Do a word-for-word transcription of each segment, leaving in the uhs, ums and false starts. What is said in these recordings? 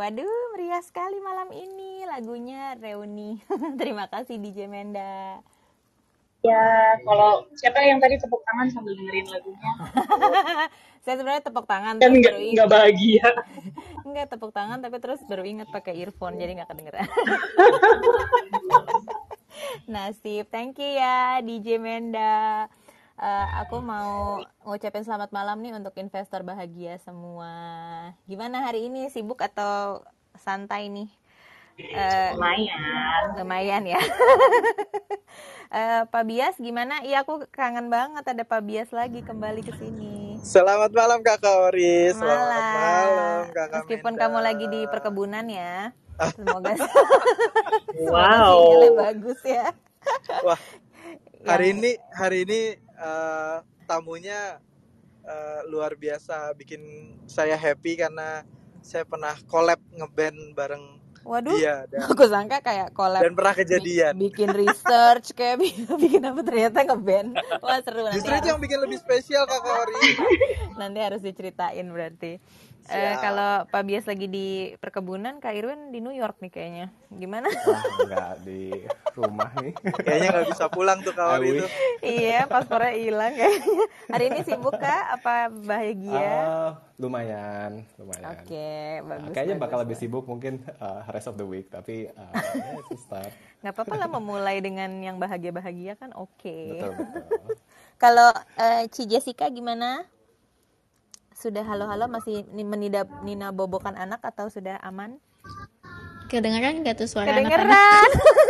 Waduh, meriah sekali malam ini lagunya Reuni. Terima kasih D J Menda. Ya, kalau siapa yang tadi tepuk tangan sambil dengerin lagunya? Saya sebenarnya tepuk tangan Kan terus nggak baru nggak bahagia. Enggak tepuk tangan tapi terus baru ingat pakai earphone jadi nggak kedengeran. Nasib, thank you ya D J Menda. Uh, aku mau ngucapin selamat malam nih untuk investor bahagia semua. Gimana hari ini, sibuk atau santai nih? Uh, Lumayan. Lumayan ya. uh, Pak Bias gimana? Iya, aku kangen banget ada Pak Bias lagi kembali ke sini. Selamat malam Kakak Ori. Selamat malam, malam Kakak Meskipun Menda. kamu lagi di perkebunan ya. Semoga wow. Semoga sinyalnya bagus ya. Wah, hari Yang... ini hari ini uh, tamunya uh, luar biasa, bikin saya happy karena saya pernah collab ngeband bareng Waduh, dia. Dan, aku sangka kayak collab dan pernah kejadian. Bi- bikin research kayak bikin apa ternyata ngeband. Wah seru. Justru nanti itu yang bikin lebih spesial Kakak Ori. Nanti harus diceritain berarti. Eh, kalau Pak Bias lagi di perkebunan, Kak Irwin di New York nih kayaknya. Gimana? Oh, enggak, di rumah nih. Kayaknya nggak bisa pulang tuh Kak Ori itu. Iya, paspornya hilang kayaknya. Hari ini sibuk Kak? Apa bahagia? Uh, lumayan, lumayan. Oke, okay, bagus. Uh, kayaknya bagus, bakal bagus. lebih sibuk mungkin uh, rest of the week, tapi uh, ya, itu start. Nggak apa-apa lah memulai dengan yang bahagia-bahagia kan oke. Okay. Betul, betul. Kalau uh, Ci Jessica gimana? Sudah halo-halo masih menidap Nina bobokan anak atau sudah aman? Kedengeran nggak tuh suara Kedengeran. anak-anak?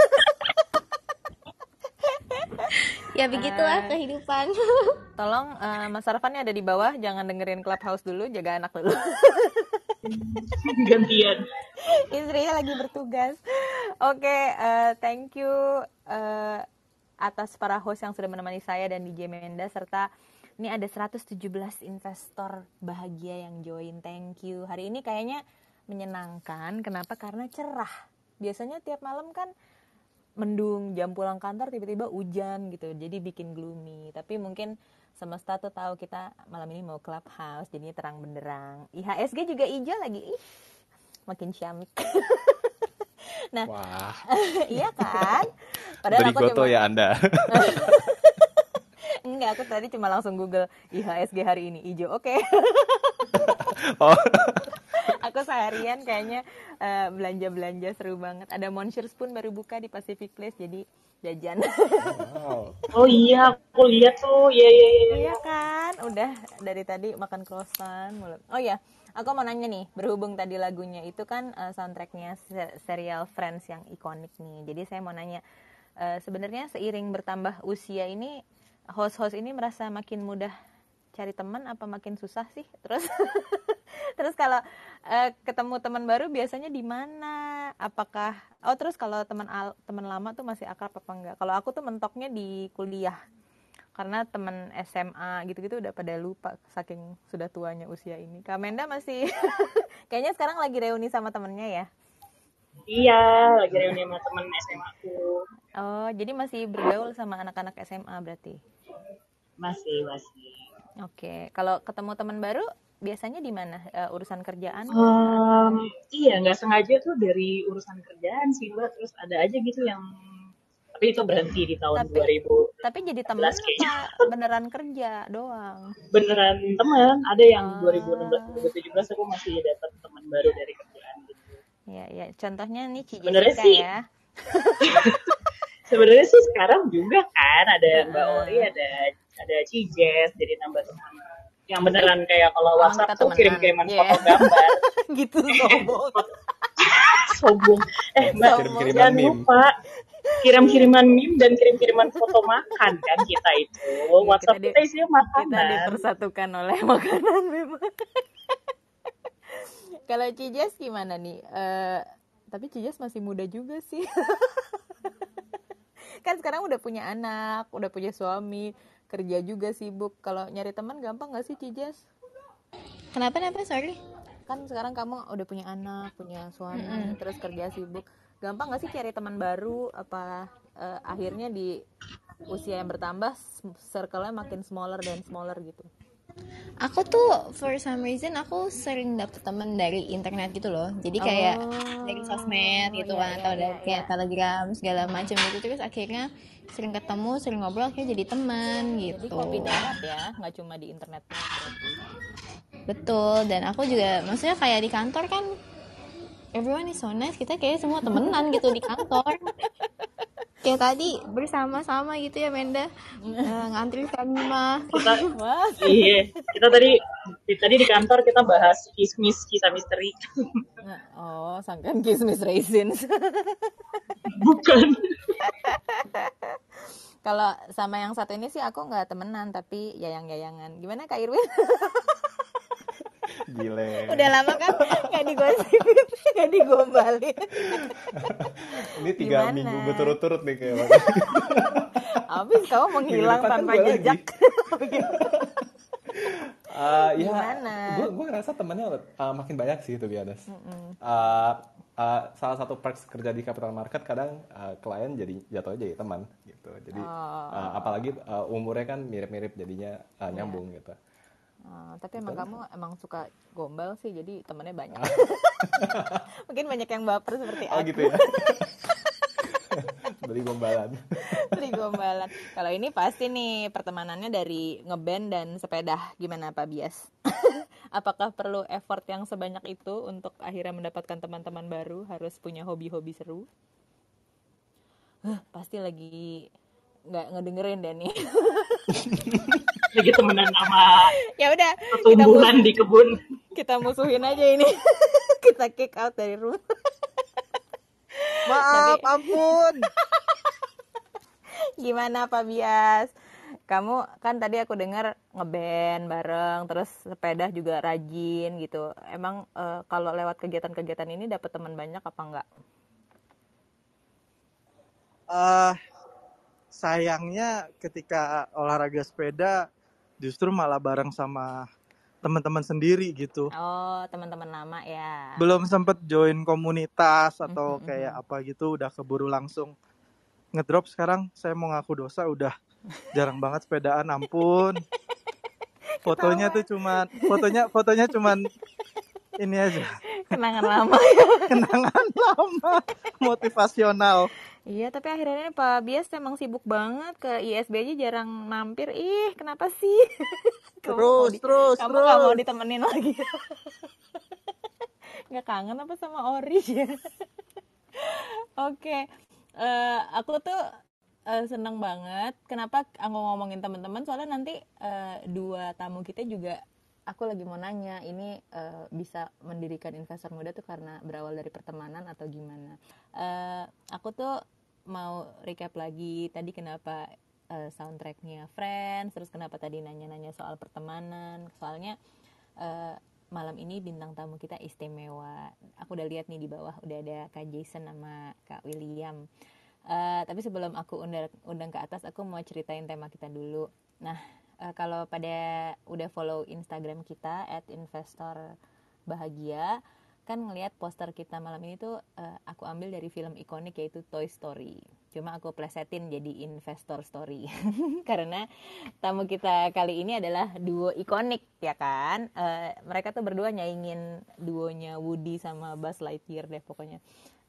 Ya begitulah uh, kehidupan. Tolong uh, Mas Arfan ada di bawah, jangan dengerin Clubhouse dulu, jaga anak dulu. Gantian. Istrinya lagi bertugas. Oke, okay, uh, thank you uh, atas para host yang sudah menemani saya dan D J Menda, serta ini ada seratus tujuh belas investor bahagia yang join. Thank you. Hari ini kayaknya menyenangkan. Kenapa? Karena cerah. Biasanya tiap malam kan mendung, jam pulang kantor tiba-tiba hujan gitu. Jadi bikin gloomy. Tapi mungkin semesta tuh tahu kita malam ini mau Clubhouse, jadinya terang benderang. I H S G juga hijau lagi. Ih, makin syamik. Nah, wah. Iya kan? Padahal Beri foto cuma... ya Anda. Enggak, aku tadi cuma langsung Google I H S G hari ini hijau. Oke. Okay. Oh. Aku seharian kayaknya uh, belanja-belanja seru banget. Ada Monsieur Spoon baru buka di Pacific Place, jadi jajan. Wow. Oh iya, aku lihat tuh. Iya iya iya. Iya kan? Udah dari tadi makan croissant mulu. Oh ya, aku mau nanya nih, berhubung tadi lagunya itu kan uh, soundtracknya ser- serial Friends yang ikonik nih. Jadi saya mau nanya, uh, sebenarnya seiring bertambah usia ini host-host ini merasa makin mudah cari teman apa makin susah sih? Terus terus kalau uh, ketemu teman baru biasanya di mana? Apakah oh terus kalau teman al- teman lama tuh masih akrab apa enggak? Kalau aku tuh mentoknya di kuliah. Karena teman S M A gitu-gitu udah pada lupa saking sudah tuanya usia ini. Kak Menda masih kayaknya sekarang lagi reuni sama temennya ya? Iya, lagi reuni sama temen S M A aku. Oh, jadi masih bergaul sama anak-anak S M A berarti? Masih, masih. Oke, kalau ketemu teman baru biasanya di mana? Uh, urusan kerjaan? Um, iya, nggak sengaja tuh dari urusan kerjaan sih Mbak. Terus ada aja gitu yang, tapi itu berhenti di tahun tapi, dua ribu. Tapi jadi teman apa beneran kerja doang? Beneran teman. Ada yang ah. dua ribu enam belas dua ribu tujuh belas aku masih dapat teman baru dari kerjaan gitu. Iya, iya. Contohnya nih Ci Sebenarnya Jessica sih, ya. Sebenarnya sih sekarang juga kan ada Mbak Ori, ada ada Cijes, jadi nambah teman. Yang beneran kayak kalau WhatsApp tuh kirim-kiriman yeah. foto gambar. Gitu sombong. Sombong. Eh Mbak, jangan lupa kirim-kiriman meme dan kirim-kiriman foto makan kan kita itu. Ya, WhatsApp kita, kita isinya makanan. Kita dipersatukan oleh makanan memang. Kalau Cijes gimana nih? Uh, tapi Cijes masih muda juga sih. Kan sekarang udah punya anak, udah punya suami, kerja juga sibuk. Kalau nyari teman gampang nggak sih Cijes? Kenapa kenapa sorry? Kan sekarang kamu udah punya anak, punya suami, mm-hmm. terus kerja sibuk. Gampang nggak sih cari teman baru? Apa uh, akhirnya di usia yang bertambah circle-nya makin smaller dan smaller gitu? Aku tuh for some reason aku sering dapet temen dari internet gitu loh. Jadi kayak Oh, dari sosmed gitu iya, kan, iya, atau iya, dari kayak iya. Telegram segala macam gitu. Terus akhirnya sering ketemu, sering ngobrol, akhirnya jadi teman Jadi gitu. kopi darat ya, nggak cuma di internetnya berarti. Betul. Dan aku juga, maksudnya kayak di kantor kan, everyone is so nice. Kita kayak semua temenan gitu di kantor. Kayak tadi bersama-sama gitu ya Menda, uh, ngantri Fanima. Kita Wah, iya, kita tadi di- tadi di kantor kita bahas kismis kisah misteri. oh, sangkan kismis raisins. Bukan. Kalau sama yang satu ini sih aku nggak temenan, tapi yayang-yayangan. Gimana Kak Irwin? Gile. Udah lama kan nggak digosipin, nggak digombalin. Ini tiga Gimana? minggu berturut-turut nih kayak Habis kamu menghilang depan kan tanpa gua jejak. Uh, ya, Gimana? gue gue ngerasa temennya uh, makin banyak sih tuh biasa. Uh, uh, salah satu perks kerja di capital market kadang uh, klien jadi jatuhnya jadi teman gitu. Jadi Oh. uh, apalagi uh, umurnya kan mirip-mirip jadinya uh, nyambung gitu. Oh, tapi emang kamu emang suka gombal sih, jadi temennya banyak. Mungkin banyak yang baper seperti Oh aku. gitu ya. Beli gombalan. Beli gombalan. Kalau ini pasti nih pertemanannya dari ngeband dan sepeda. Gimana Pak Bias? Apakah perlu effort yang sebanyak itu untuk akhirnya mendapatkan teman-teman baru? Harus punya hobi-hobi seru? Huh, pasti lagi nggak ngedengerin deh nih. Lagi temenan sama Ya udah, kita tumbuhan mus- di kebun. kita musuhin aja ini. Kita kick out dari rumah. Maaf, Tapi- ampun. Gimana Pak Bias? Kamu kan tadi aku dengar ngeband bareng, terus sepeda juga rajin gitu. Emang eh, kalau lewat kegiatan-kegiatan ini dapat teman banyak apa enggak? Eh, sayangnya ketika olahraga sepeda justru malah bareng sama teman-teman sendiri gitu. Oh, teman-teman lama ya. Belum sempet join komunitas atau Mhm, kayak mhm. apa gitu, udah keburu langsung ngedrop. Sekarang saya mau ngaku dosa, udah jarang banget sepedaan, ampun. Fotonya tuh cuman fotonya fotonya cuman ini aja, Kenangan lama. kenangan lama, motivasional. Iya, tapi akhirnya Pak Bias emang sibuk banget, ke I S B aja jarang mampir. Ih, kenapa sih? Kamu mau Terus di- terus kamu nggak mau terus. ditemenin lagi? Nggak kangen apa sama Ori ya? Oke, eh, aku tuh eh, seneng banget. Kenapa aku ngomongin teman-teman? Soalnya nanti eh, dua tamu kita juga, aku lagi mau nanya, ini eh, bisa mendirikan investor muda tuh karena berawal dari pertemanan atau gimana? Eh, aku tuh mau recap lagi tadi kenapa eh, soundtracknya Friends, terus kenapa tadi nanya-nanya soal pertemanan. Soalnya eh, malam ini bintang tamu kita istimewa. Aku udah lihat nih di bawah udah ada Kak Jason sama Kak William. Eh, tapi sebelum aku undang, undang ke atas, aku mau ceritain tema kita dulu. Nah, eh, kalau pada udah follow Instagram kita at investor bahagia, kan ngelihat poster kita malam ini tuh eh, aku ambil dari film ikonik yaitu Toy Story. Cuma aku plesetin jadi Investor Story. Karena tamu kita kali ini adalah duo ikonik ya kan. Eh, mereka tuh berdua nyaingin duonya Woody sama Buzz Lightyear deh pokoknya.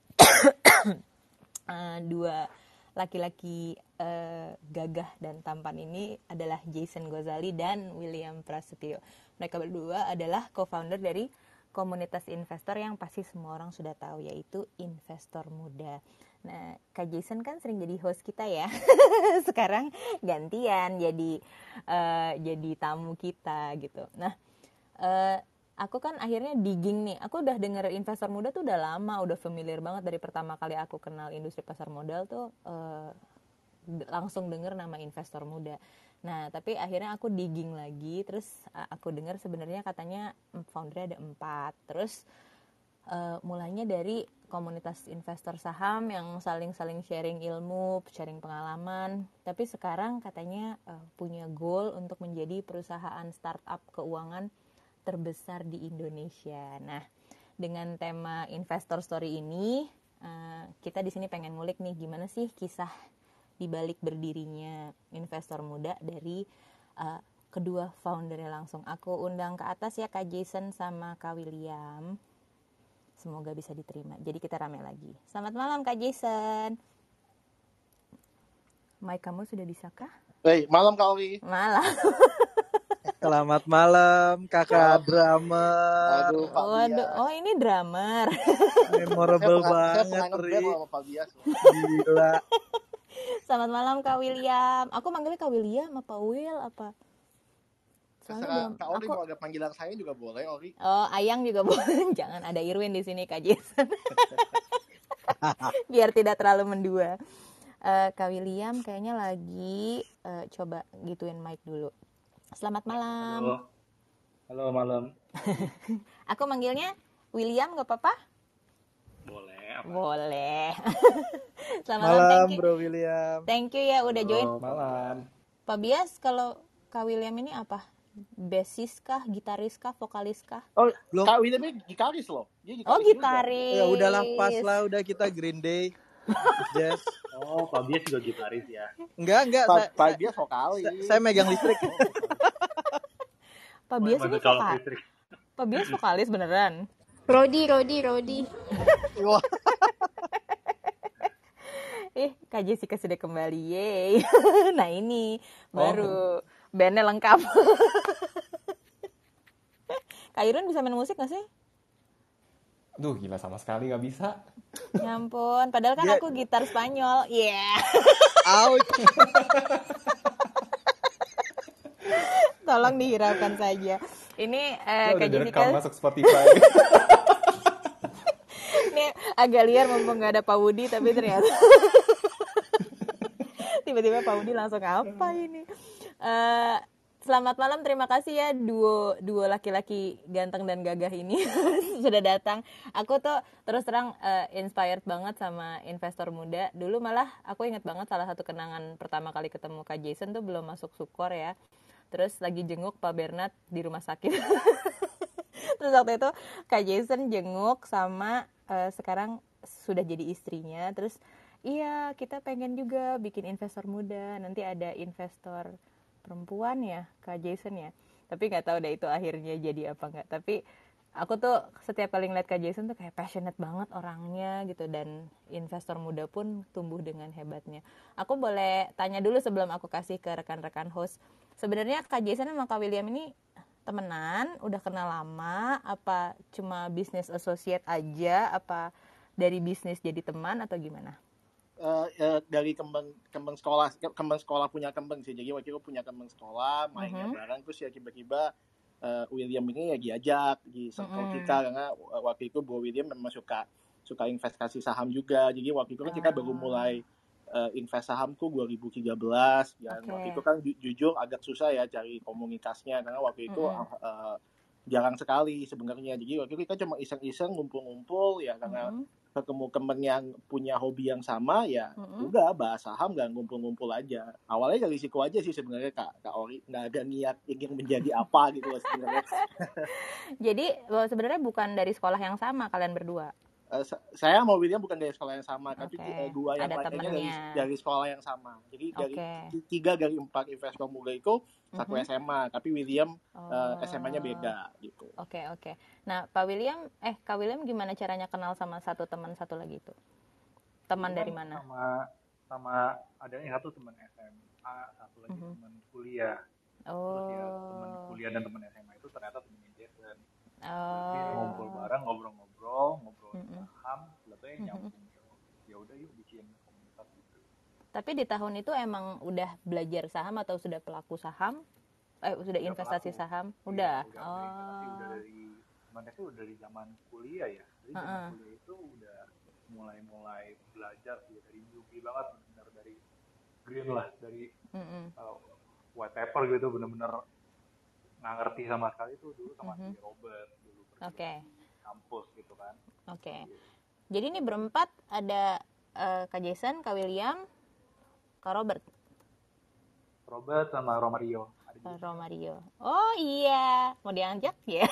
Eh, dua laki-laki eh, gagah dan tampan ini adalah Jason Gozali dan William Prasetyo. Mereka berdua adalah co-founder dari komunitas investor yang pasti semua orang sudah tahu, yaitu Investor Muda. Nah, Kak Jason kan sering jadi host kita ya. Sekarang gantian jadi eh, jadi tamu kita gitu. Nah, eh, aku kan akhirnya digging nih. Aku udah denger investor muda tuh udah lama, udah familiar banget dari pertama kali aku kenal industri pasar modal tuh eh, langsung denger nama investor muda. Nah, tapi akhirnya aku digging lagi, terus uh, aku dengar sebenarnya katanya foundernya ada empat. Terus uh, mulainya dari komunitas investor saham yang saling-saling sharing ilmu, sharing pengalaman. Tapi sekarang katanya uh, punya goal untuk menjadi perusahaan startup keuangan terbesar di Indonesia. Nah, dengan tema investor story ini, uh, kita di sini pengen ngulik nih gimana sih kisah di balik berdirinya investor muda dari uh, kedua foundernya langsung. Aku undang ke atas ya Kak Jason sama Kak William. Semoga bisa diterima. Jadi kita rame lagi. Selamat malam Kak Jason. Mic kamu sudah bisakah? Hey, malam Kak Oli. Malam. Selamat malam kakak drummer. Aduh, Pak Waduh, oh ini drummer. Memorable banget, Saya pernah Ri. sama Pak Bias. Gila. Selamat malam Kak William. Aku manggilnya Kak William apa Will apa? Soalnya Terserah belum- Kak Oli aku- mau ada panggilan saya juga boleh, Oli. Oh, Ayang juga boleh. Jangan ada Irwin di sini Kak Jason. Biar tidak terlalu mendua. Eh, Kak William kayaknya lagi eh, coba gituin mic dulu. Selamat malam. Halo. Halo malam. Aku manggilnya William gak apa-apa? Boleh. Apa? Boleh. Selamat malam. Malam Thank you. Bro William. Thank you ya udah join. Halo. Malam. Pak Bias, kalau Kak William ini apa? Bassist kah, gitaris kah, vokalis kah? Oh, Belum. Kak William ini gitaris loh. Dia Oh, juga. gitaris. Ya udahlah pas lah, udah kita Green Day. Jazz. Oh, Pak Bias juga gitaris ya. Enggak, enggak. Pak Saya, Pak Bias vokalis. saya, saya megang listrik. Pak Bias Oh, ini kalau vokalis. listrik. Pak Bias vokalis beneran. Rodi, Rodi, Rodi. Wah, Eh, Kak Jessica sudah kembali. Yeay. Nah, ini baru bandnya lengkap. Kak Irun bisa main musik gak sih? Duh, gila sama sekali nggak bisa. Ya ampun, padahal kan Dia- aku gitar Spanyol. Iya. Ouch. Tolong dihiraukan saja. Ini eh, Ya, Kak udah direkam Jessica masuk Spotify. ini agak liar mumpung gak ada Pak Wudi, tapi ternyata tiba-tiba Pak Wudi langsung apa ini. Eh, selamat malam, terima kasih ya duo duo laki-laki ganteng dan gagah ini sudah datang. Aku tuh terus terang eh, inspired banget sama investor muda. Dulu malah aku inget banget salah satu kenangan pertama kali ketemu Kak Jason tuh belum masuk Sukor ya. Terus lagi jenguk Pak Bernard di rumah sakit. Terus waktu itu Kak Jason jenguk sama eh, sekarang sudah jadi istrinya. Terus iya kita pengen juga bikin investor muda. Nanti ada investor perempuan ya Kak Jason ya. Tapi nggak tahu deh itu akhirnya jadi apa nggak. Tapi aku tuh setiap kali ngeliat Kak Jason tuh kayak passionate banget orangnya gitu. Dan investor muda pun tumbuh dengan hebatnya. Aku boleh tanya dulu sebelum aku kasih ke rekan-rekan host. Sebenarnya Kak Jason sama Kak William ini temenan, udah kenal lama, apa cuma bisnis associate aja, apa dari bisnis jadi teman atau gimana? eh, eh, dari kembang kembang sekolah kembang sekolah punya kembang sih. Jadi waktu itu punya kembang sekolah, mainnya Mhm. bareng terus ya tiba-tiba eh, William ini ya diajak di circle Mhm. kita karena eh, waktu itu Bro William memang suka suka investasi saham juga. Jadi waktu itu kan kita Ah. baru mulai eh, invest saham tuh dua ribu tiga belas dan Oke. waktu itu kan ju- jujur agak susah ya cari komunitasnya karena waktu itu Mhm. eh, jarang sekali sebenarnya. Jadi waktu itu kita cuma iseng-iseng ngumpul-ngumpul ya karena Mhm. ketemu temen yang punya hobi yang sama ya Mhm. udah bahas saham gak ngumpul-ngumpul aja. Awalnya dari situ aja sih sebenarnya Kak Kak Ori, nggak ada niat ingin menjadi apa gitu loh sebenarnya. Jadi eh, sebenarnya bukan dari sekolah yang sama kalian berdua. Eh, sa- saya sama William bukan dari sekolah yang sama, tapi Oke, eh, dua yang ada lainnya dari, temennya. dari sekolah yang sama. Jadi dari Oke. ti- tiga dari empat investor muda itu satu Mhm. S M A, tapi William Oh. eh, S M A-nya beda gitu. Oke oke. Nah Pak William, eh Kak William gimana caranya kenal sama satu teman satu lagi itu? Teman dari mana? Sama sama ada yang satu teman S M A, satu lagi Mhm. teman kuliah. Terus ya teman Oh. kuliah dan teman S M A itu ternyata temennya Jason. Jadi Oh. ngobrol bareng, ngobrol-ngobrol, ngobrol Mhm. saham, lebih Mhm. nyambung. Ya udah yuk bikin komunitas gitu. Tapi di tahun itu emang udah belajar saham atau sudah pelaku saham? Eh sudah Udah investasi pelaku. saham? Iya, Udah. udah tapi udah Oh. dari sebenarnya itu udah dari zaman kuliah ya. Jadi zaman Heeh. kuliah itu udah mulai-mulai belajar sih dari newbie banget, benar dari green lah, dari Mm-mm. uh, white paper gitu, bener-bener nggak ngerti sama sekali tuh dulu sama Mhm. si Robert dulu pergi Oke. kampus gitu kan. Oke. Jadi ini berempat ada eh, Kak Jason, Kak William, Kak Robert, Robert sama Romario. Ada Kak juga. Romario. Oh iya, mau diajak ya?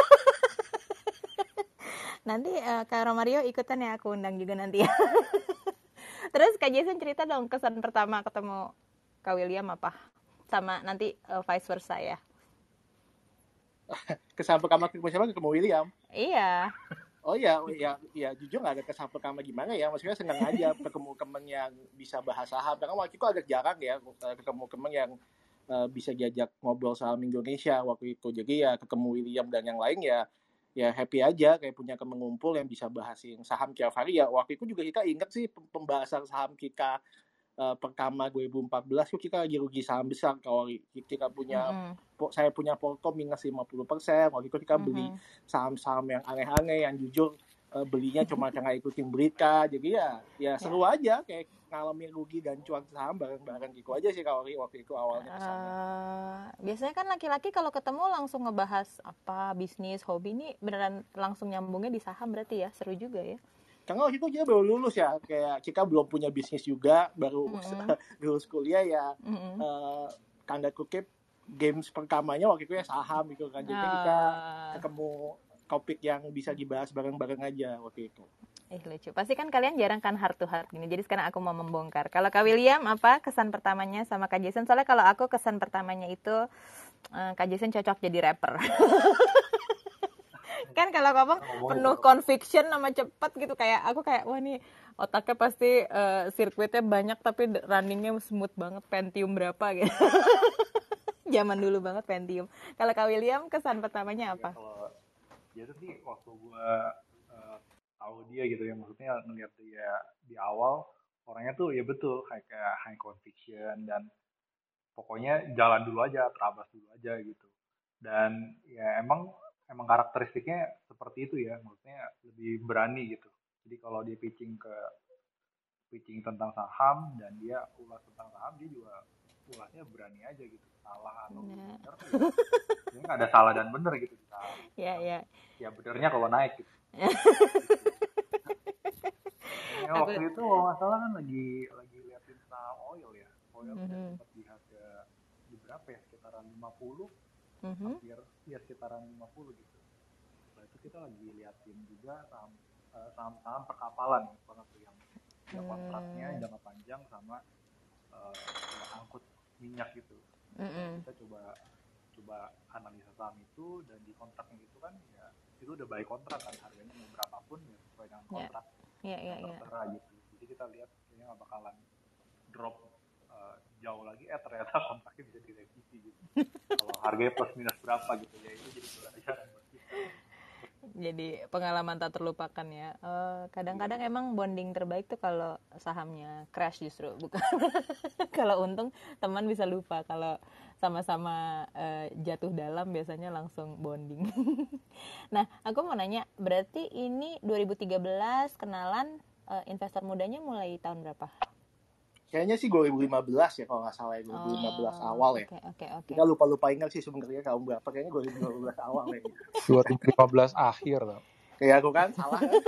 Nanti eh, Kak Romario ikutan ya, aku undang juga nanti ya. Terus Kak Jason cerita dong kesan pertama ketemu Kak William apa? sama nanti uh, vice versa ya. Kesan pertama ketemu siapa? Ketemu William. Iya. Oh iya, ya, ya jujur nggak ada kesan pertama gimana ya. Maksudnya senang aja ketemu temen yang bisa bahas saham. Karena waktu itu agak jarang ya ketemu temen yang uh, bisa diajak ngobrol saham Indonesia waktu itu. Jadi ya ketemu William dan yang lain ya, ya happy aja kayak punya temen ngumpul yang bisa bahasin saham tiap hari ya. Waktu itu juga kita ingat sih pembahasan saham kita uh, pertama dua ribu empat belas itu kita lagi rugi saham besar kalau kita punya mm-hmm. po, saya punya Polkom minus lima puluh persen. Waktu itu kita mm-hmm. beli saham-saham yang aneh-aneh yang jujur uh, belinya cuma karena ikutin berita. Jadi ya ya seru yeah. aja kayak ngalamin rugi dan cuan saham bareng-bareng gitu aja sih kalau waktu itu awalnya kesannya. Uh, biasanya kan laki-laki kalau ketemu langsung ngebahas apa bisnis, hobi, ini beneran langsung nyambungnya di saham berarti ya, seru juga ya. Karena waktu itu kita baru lulus ya, kayak kita belum punya bisnis juga, baru mm-hmm. lulus kuliah ya, mm-hmm. uh, tanda kutip games pertamanya waktu itu ya saham gitu kan, jadi uh. kita ketemu topik yang bisa dibahas bareng-bareng aja waktu itu. Eh lucu, pasti kan kalian jarang kan heart to heart gini, jadi sekarang aku mau membongkar. Kalau Kak William apa kesan pertamanya sama Kak Jason? Soalnya kalau aku kesan pertamanya itu uh, Kak Jason cocok jadi rapper. Kan kalau ngomong penuh conviction sama cepat gitu, kayak aku kayak wah nih otaknya pasti uh, sirkuitnya banyak tapi runningnya smooth banget, Pentium berapa gitu. Zaman dulu banget Pentium. Kalau Kak William kesan pertamanya apa? Ya, kalau dia tuh sih waktu gue uh, tahu dia gitu ya, maksudnya ngeliat dia di awal orangnya tuh ya betul kayak kayak high conviction dan pokoknya jalan dulu aja, terabas dulu aja gitu. Dan ya emang emang karakteristiknya seperti itu ya, maksudnya lebih berani gitu. Jadi kalau dia pitching ke pitching tentang saham dan dia ulas tentang saham, dia juga ulasnya berani aja gitu, salah atau nah. benar tuh ya. Jadi nggak ada salah dan benar gitu di saham. Iya iya. Ya benernya kalau naik gitu. Ya, waktu itu masalah kan lagi lagi liatin saham oil ya, oil mm-hmm. sempat di harga di berapa ya, sekitaran lima puluh. Mm-hmm. hampir ya sekitaran lima puluh gitu. Setelah itu kita lagi liatin juga saham uh, saham-saham perkapalan banget tuh yang mm. kontraknya jangka panjang sama uh, ya, angkut minyak gitu. Mm-hmm. Kita coba coba analisa saham itu dan di kontraknya itu kan ya itu udah baik kontrak kan, harganya mau berapapun ya sesuai dengan kontrak. Iya iya iya. Tertera gitu. Jadi kita lihat kayaknya nggak bakalan drop uh, jauh lagi, eh ternyata kontraknya bisa direvisi gitu. Kalau harganya plus minus berapa gitu ya, itu jadi pelajaran buat kita. Jadi pengalaman tak terlupakan ya. Uh, kadang-kadang yeah. emang bonding terbaik tuh kalau sahamnya crash justru, bukan. Kalau untung teman bisa lupa, kalau sama-sama uh, jatuh dalam biasanya langsung bonding. Nah, aku mau nanya, berarti ini dua ribu tiga belas kenalan uh, investor mudanya mulai tahun berapa? Kayaknya sih dua ribu lima belas ya kalau nggak salah ya, dua ribu lima belas oh, awal ya. Okay, okay, okay. Kita lupa-lupa ingat sih sebenarnya tahun berapa, kayaknya dua ribu lima belas awal ya. dua ribu lima belas akhir loh. Kayak aku kan salah kan.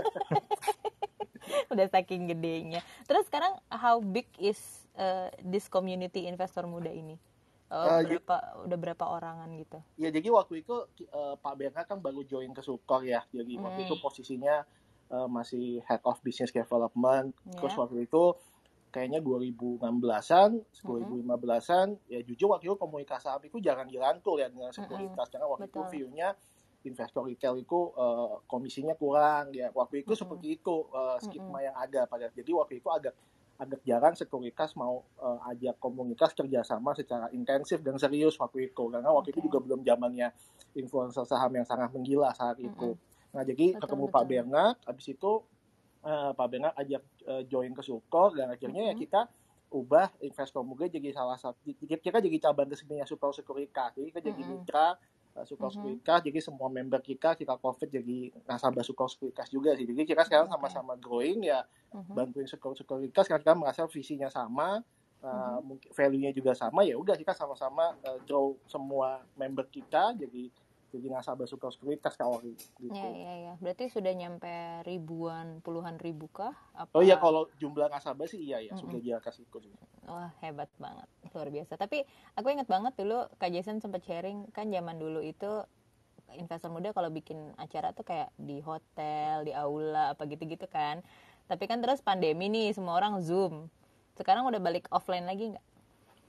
Udah saking gedenya. Terus sekarang how big is uh, this community investor muda ini? Uh, uh, berapa y- udah berapa orangan gitu? Ya jadi waktu itu uh, Pak Berna kan baru join ke Sukor ya. Jadi hmm. waktu itu posisinya uh, masih head of business development. Yeah. Terus waktu itu kayaknya dua ribu enam belasan, dua ribu lima belasan, mm-hmm. ya jujur waktu itu komunitas saham itu jarang dirangkul ya dengan sekuritas. Mm-hmm. Karena waktu Betul. itu view-nya investor retail itu uh, komisinya kurang. Ya waktu itu mm-hmm. seperti itu uh, skema mm-hmm. yang ada pada. Jadi waktu itu agak agak jarang sekuritas mau uh, ajak komunitas kerjasama secara intensif dan serius waktu itu. Karena waktu okay. itu juga belum zamannya influencer saham yang sangat menggila saat mm-hmm. itu. Nah jadi betul, ketemu betul. Pak Bernard, habis itu Uh, Pak Bernard ajak uh, join ke Sukor dan akhirnya mm-hmm. ya kita ubah investor muda jadi salah satu, kita jadi cabang resminya Sukor Sekuritas. Jadi kita jadi mm-hmm. mitra uh, Sukor mm-hmm. Sekuritas, jadi semua member kita kita COVID jadi nasabah Sukor Sekuritas juga sih. Jadi kita sekarang sama-sama growing ya, mm-hmm. bantuin Sukor Sekuritas karena kita merasa visinya sama, uh, mm-hmm. mungkin value-nya juga sama, ya udah kita sama-sama uh, grow semua member kita jadi jadi nasabah Sukor Sekuritas kalau gitu. Iya iya iya. Berarti sudah nyampe ribuan, puluhan ribu kah? Apa? Oh iya, kalau jumlah nasabah sih iya ya, mm-hmm. sudah dia kasih ikut. Wah, hebat banget. Luar biasa. Tapi aku ingat banget dulu Kak Jason sempat sharing kan zaman dulu itu investor muda kalau bikin acara tuh kayak di hotel, di aula apa gitu-gitu kan. Tapi kan terus pandemi nih, semua orang Zoom. Sekarang udah balik offline lagi enggak?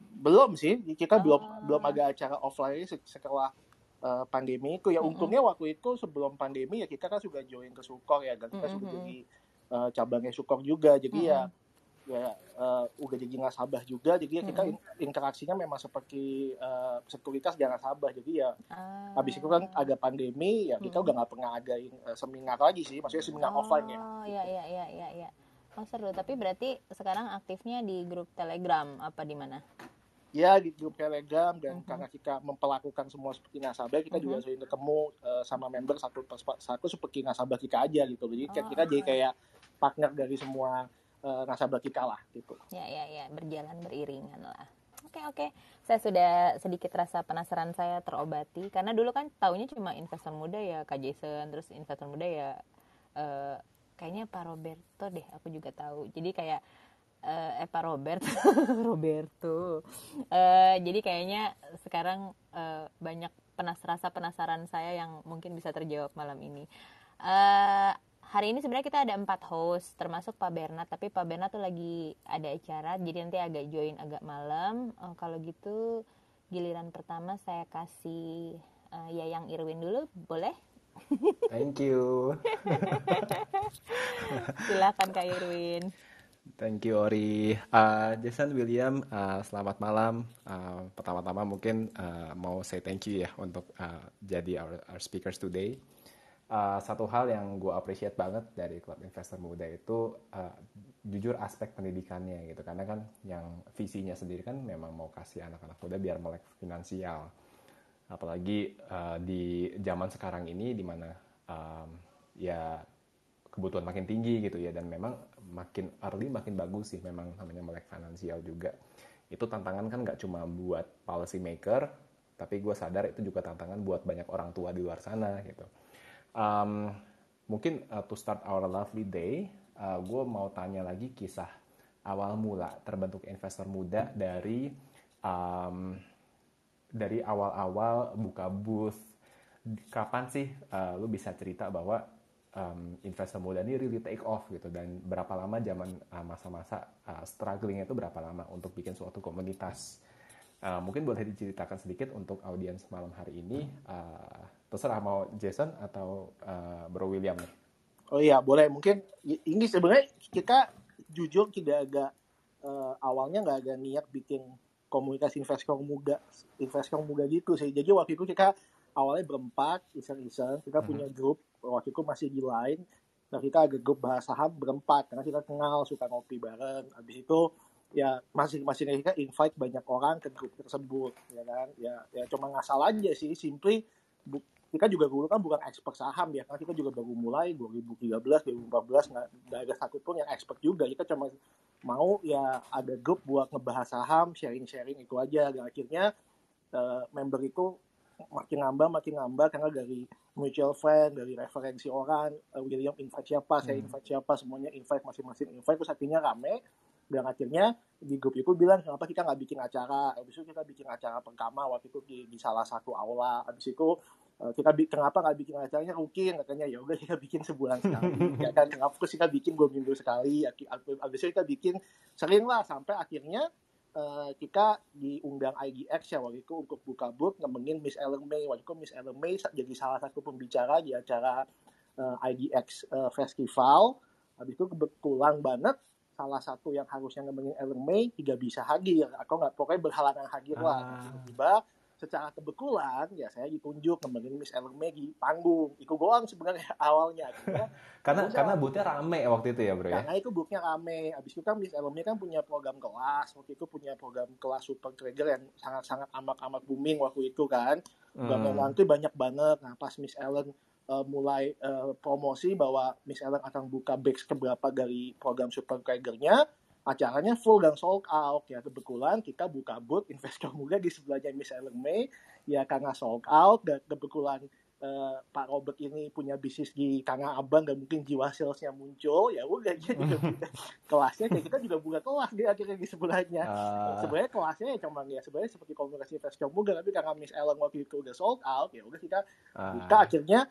Belum sih, kita oh. belum belum ada acara offline setelah uh, pandemi itu ya. Mm-hmm. Untungnya waktu itu sebelum pandemi ya kita kan sudah join ke Sukor ya, dan kita mm-hmm. sudah jadi uh, cabangnya Sukor juga, jadi mm-hmm. ya ya uh, udah jadi nasabah juga, jadi ya kita mm-hmm. interaksinya memang seperti uh, sekuritas dan nasabah, jadi ya ah. habis itu kan ada pandemi ya kita mm-hmm. udah nggak pernah adain uh, seminar lagi sih, maksudnya seminar oh, offline ya. Oh ya ya ya ya ya. Oh seru, tapi berarti sekarang aktifnya di grup Telegram apa di mana? Ya di grup Telegram, dan mm-hmm. karena kita memperlakukan semua seperti nasabah, kita mm-hmm. juga sering ketemu uh, sama member satu persatu seperti nasabah kita aja gitu, jadi oh, kita okay. jadi kayak partner dari semua Uh, nasabah kita lah gitu. Ya ya ya, berjalan beriringan lah. Oke oke, saya sudah sedikit rasa penasaran saya terobati, karena dulu kan taunya cuma investor muda ya Kak Jason, terus investor muda ya uh, kayaknya Pak Roberto deh, aku juga tahu. Jadi kayak uh, eh Pak Robert Roberto. Uh, jadi kayaknya sekarang uh, banyak penas rasa penasaran saya yang mungkin bisa terjawab malam ini. Uh, Hari ini sebenarnya kita ada empat host, termasuk Pak Bernard, tapi Pak Bernard tuh lagi ada acara, jadi nanti agak join agak malam. Uh, kalau gitu, giliran pertama saya kasih uh, Yayang Irwin dulu, boleh? Thank you. Silakan Kak Irwin. Thank you Ori. Uh, Jason, William, uh, selamat malam. Uh, pertama-tama mungkin uh, mau say thank you ya untuk uh, jadi our, our speakers today. Uh, satu hal yang gue appreciate banget dari Klub Investor Muda itu uh, jujur aspek pendidikannya gitu, karena kan yang visinya sendiri kan memang mau kasih anak-anak muda biar melek finansial, apalagi uh, di zaman sekarang ini di mana um, ya kebutuhan makin tinggi gitu ya, dan memang makin early makin bagus sih memang namanya melek finansial juga. Itu tantangan kan nggak cuma buat policy maker, tapi gue sadar itu juga tantangan buat banyak orang tua di luar sana gitu. Um, mungkin uh, to start our lovely day, uh, gue mau tanya lagi kisah awal mula terbentuk investor muda dari um, dari awal-awal buka booth. Kapan sih uh, lu bisa cerita bahwa um, investor muda ini really take off gitu, dan berapa lama zaman uh, masa-masa uh, strugglingnya itu berapa lama untuk bikin suatu komunitas? Uh, mungkin boleh diceritakan sedikit untuk audiens malam hari ini. Uh, terserah mau Jason atau uh, Bro William nih. Oh iya boleh, mungkin ini sebenarnya kita jujur tidak agak uh, awalnya nggak ada niat bikin komunitas investor muda investor muda gitu sih. Jadi waktu itu kita awalnya berempat iseng-iseng, kita mm-hmm. punya grup waktu itu masih di Line, nah kita ada grup bahas saham berempat karena kita kenal, suka ngopi bareng. Habis itu ya masing-masing kita invite banyak orang ke grup tersebut, ya kan, ya ya cuma ngasal aja sih, simply bu, kita juga dulu kan bukan expert saham ya, karena kita juga baru mulai dua ribu tiga belas dua ribu empat belas, nggak ada satupun yang expert juga, kita cuma mau ya ada grup buat ngebahas saham, sharing-sharing itu aja, dan akhirnya uh, member itu makin nambah makin nambah karena dari mutual friend, dari referensi orang, uh, William invite siapa, hmm. saya invite siapa, semuanya invite, masing-masing invite, terus akhirnya rame. Dan akhirnya di grup itu bilang kenapa kita nggak bikin acara. Habis itu kita bikin acara pertama waktu itu di, di salah satu aula. Habis itu uh, kita bi- kenapa nggak bikin acaranya rutin, katanya ya udah kita bikin sebulan sekali. Ya kan, kenapa terus kita bikin dua minggu sekali. Habis itu kita bikin sering lah sampai akhirnya uh, kita diundang I G X ya waktu itu untuk buka booth nemenin Miss Ellen May. Waktu itu Miss Ellen May jadi salah satu pembicara di acara uh, I G X uh, Festival. Habis itu kebetulan banget salah satu yang harusnya nemenin Ellen May tidak bisa hadir, aku nggak, pokoknya berhalangan hadir lah. Ah. Tiba-tiba secara kebetulan ya saya ditunjuk nemenin Miss Ellen May di panggung. Itu doang sebenarnya awalnya. Akhirnya, karena ya karena boothnya rame waktu itu ya bro ya. Karena itu boothnya rame. Abis itu kan Miss Ellen May kan punya program kelas. Waktu itu punya program kelas Super Trader yang sangat-sangat amat-amat booming waktu itu kan. Dan hmm. nanti banyak banget. Nah pas Miss Ellen Uh, mulai uh, promosi bahwa Miss Ellen akan buka batch keberapa dari program Super Trader-nya, acaranya full dan sold out. Ya kebetulan kita buka booth investor muda di sebelahnya Miss Ellen May, ya karena sold out, dan kebetulan uh, Pak Robert ini punya bisnis di Tanah Abang dan mungkin jiwa salesnya muncul, ya udah dia juga buka kelasnya, dan kita juga buka kelas di akhirnya di sebelahnya. Uh. Sebenarnya kelasnya ya cuma ya sebenarnya seperti komunikasi investor muda, tapi karena Miss Ellen waktu itu udah sold out, ya udah kita uh. buka akhirnya.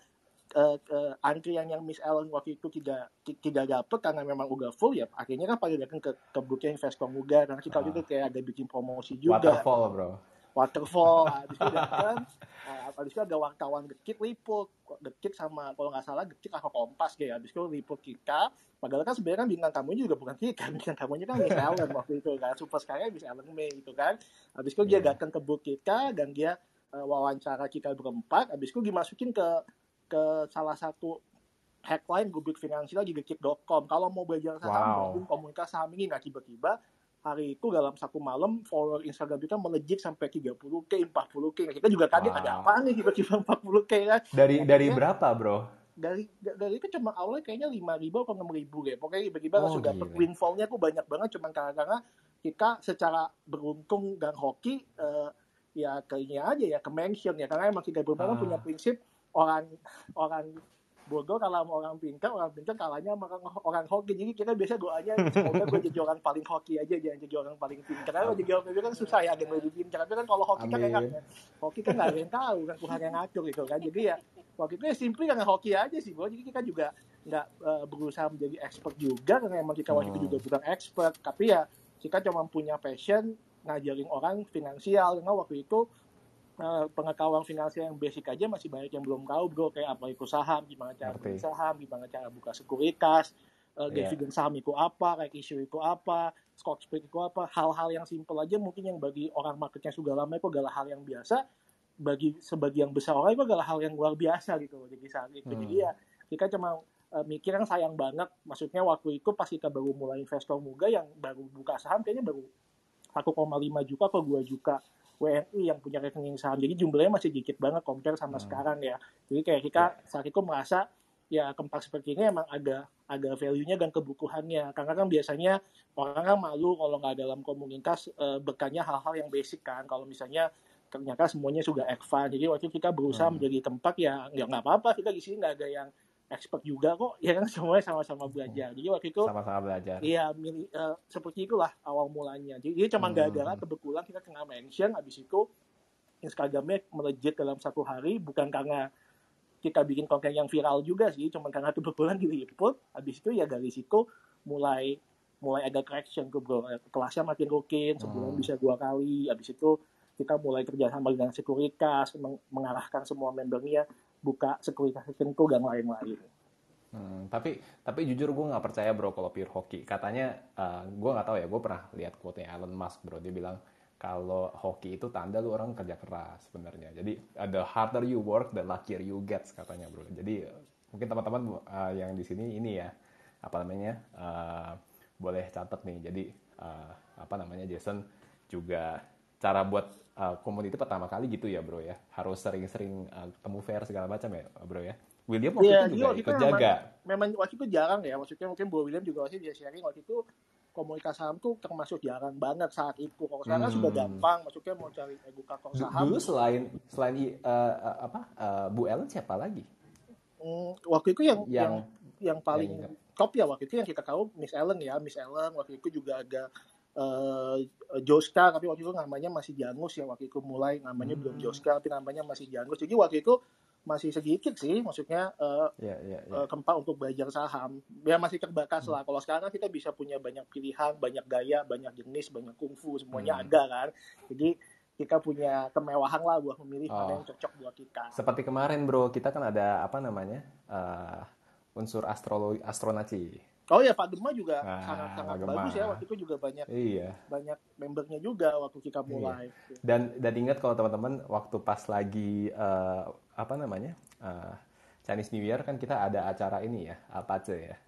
uh, uh, antrian yang Miss Ellen waktu itu tidak tidak dapet karena memang udah full ya, akhirnya kan pada datang ke ke boothnya Invescom juga, karena kita juga kayak ada bikin promosi juga. Waterfall bro. Waterfall, habis itu datang, uh, habis itu ada wartawan Gekit liput, Gekit sama kalau nggak salah Gekit atau Kompas kayak, habis itu liput kita, padahal kan sebenarnya kan bintang tamunya juga bukan kita, bintang tamunya kan Miss Ellen waktu itu kan, superstarnya Miss Ellen May gitu kan, habis itu yeah. dia datang ke booth kita dan dia uh, wawancara kita berempat, habis itu dimasukin ke ke salah satu headline Gubik Finansial di gekit dot com, kalau mau belajar saham, wow. komunitas saham ini, nggak tiba-tiba hari itu dalam satu malam follower Instagram kita melejit sampai tiga puluh ribu, empat puluh ribu. Kita juga kaget wow. ada apa nih tiba-tiba empat puluh ribu kan. Dari nah, dari berapa, Bro? Dari dari itu cuma awalnya kayaknya lima ribu atau enam ribu ya. Pokoknya tiba-tiba oh, langsung dapat windfall-nya aku banyak banget cuma karena kita secara beruntung dan hoki uh, ya kayaknya aja ya ke mention ya, karena emang kita benar ah. punya prinsip orang orang bodoh kalau sama orang pintar, orang pintar kalahnya sama orang, orang hoki. Jadi kita biasa doanya semoga gue jadi orang paling hoki aja, jangan jadi orang paling pintar. Karena jadi orang pintar kan susah ya, ada yang lebih pintar. Tapi kan kalau hoki Amin. kan enggak, hoki kan nggak ada yang tahu kan, Tuhan yang ngatur gitu kan. Jadi ya waktu itu ya simply karena hoki aja sih, bro. Jadi kita juga nggak uh, berusaha menjadi expert juga, karena emang kita waktu itu juga bukan expert. Tapi ya kita cuma punya passion ngajarin orang finansial. Karena waktu itu Uh, pengetahuan finansial yang basic aja masih banyak yang belum tahu, bro, kayak apa itu saham, gimana cara beli saham, gimana cara buka sekuritas, uh, yeah. dividen saham itu apa, kayak issue itu apa, stock split itu apa, hal-hal yang simple aja mungkin yang bagi orang marketnya sudah lama itu adalah hal yang biasa, bagi sebagian besar orang itu adalah hal yang luar biasa gitu loh. Jadi saat itu hmm. jadi ya kita cuma uh, mikir yang sayang banget, maksudnya waktu itu pas kita baru mulai investor muda yang baru buka saham kayaknya baru satu koma lima juta atau dua juta W N I yang punya rekening saham. Jadi jumlahnya masih dikit banget compare sama hmm. sekarang ya. Jadi kayak kita yeah. saat itu merasa ya tempat seperti ini emang ada ada value-nya dan kebutuhannya. Karena kan biasanya orang kan malu kalau nggak dalam komunitas uh, bertanya hal-hal yang basic kan. Kalau misalnya ternyata semuanya sudah advance. Jadi waktu kita berusaha hmm. menjadi tempat ya nggak nggak apa-apa, kita di sini nggak ada yang expert juga kok, ya kan, semuanya sama-sama belajar. Jadi waktu itu sama-sama belajar. Iya, uh, seperti itulah awal mulanya. Jadi dia cuma hmm. gara-gara kebetulan kita kena mention, habis itu Instagramnya melejit dalam satu hari, bukan karena kita bikin konten yang viral juga sih, cuma karena kebetulan diliput. Habis itu ya dari situ mulai mulai ada traction tuh, bro. Kelasnya makin rutin, sebulan hmm. bisa dua kali. Habis itu kita mulai kerjasama dengan sekuritas, meng- mengarahkan semua membernya buka sekuritas tertentu dan lain-lain. Hmm, tapi tapi jujur gue nggak percaya, bro, kalau pure hoki. Katanya uh, gue nggak tahu ya, gue pernah lihat quote-nya Elon Musk, bro. Dia bilang kalau hoki itu tanda lu orang kerja keras sebenarnya. Jadi uh, the harder you work, the luckier you get, katanya, bro. Jadi uh, mungkin teman-teman uh, yang di sini ini ya apa namanya uh, boleh catat nih. Jadi uh, apa namanya Jason juga cara buat uh, community pertama kali gitu ya, bro ya, harus sering-sering uh, ketemu fair segala macam ya, bro ya. William waktu yeah, itu juga ikut jaga. Memang, memang waktu itu jarang ya, maksudnya mungkin Bro William juga masih dia sharing waktu itu komunitas saham tuh termasuk jarang banget saat itu. Kalau sekarang hmm. sudah gampang, maksudnya mau cari edukator saham. Dulu selain selain uh, apa uh, Bu Ellen siapa lagi? Hmm, waktu itu yang yang yang, yang paling yang top ya waktu itu yang kita tahu Miss Ellen ya, Miss Ellen waktu itu juga ada Uh, Joska, tapi waktu itu namanya masih Janus ya, waktu itu mulai namanya hmm. belum Joska, tapi namanya masih Janus. Jadi waktu itu masih sedikit sih, maksudnya uh, yeah, yeah, yeah. Uh, tempat untuk belajar saham. Ya masih terbatas hmm. lah. Kalau sekarang kita bisa punya banyak pilihan, banyak gaya, banyak jenis, banyak kungfu, semuanya hmm. ada kan. Jadi kita punya kemewahan lah buat memilih oh. mana yang cocok buat kita. Seperti kemarin, bro, kita kan ada apa namanya uh, unsur astrologi, astronaci. Oh ya, Pak Gema juga nah, sangat-sangat bagus ya, waktu itu juga banyak iya. banyak membernya juga waktu kita mulai. Iya. Dan dan ingat kalau teman-teman waktu pas lagi uh, apa namanya uh, Chinese New Year kan kita ada acara ini ya, Apache ya.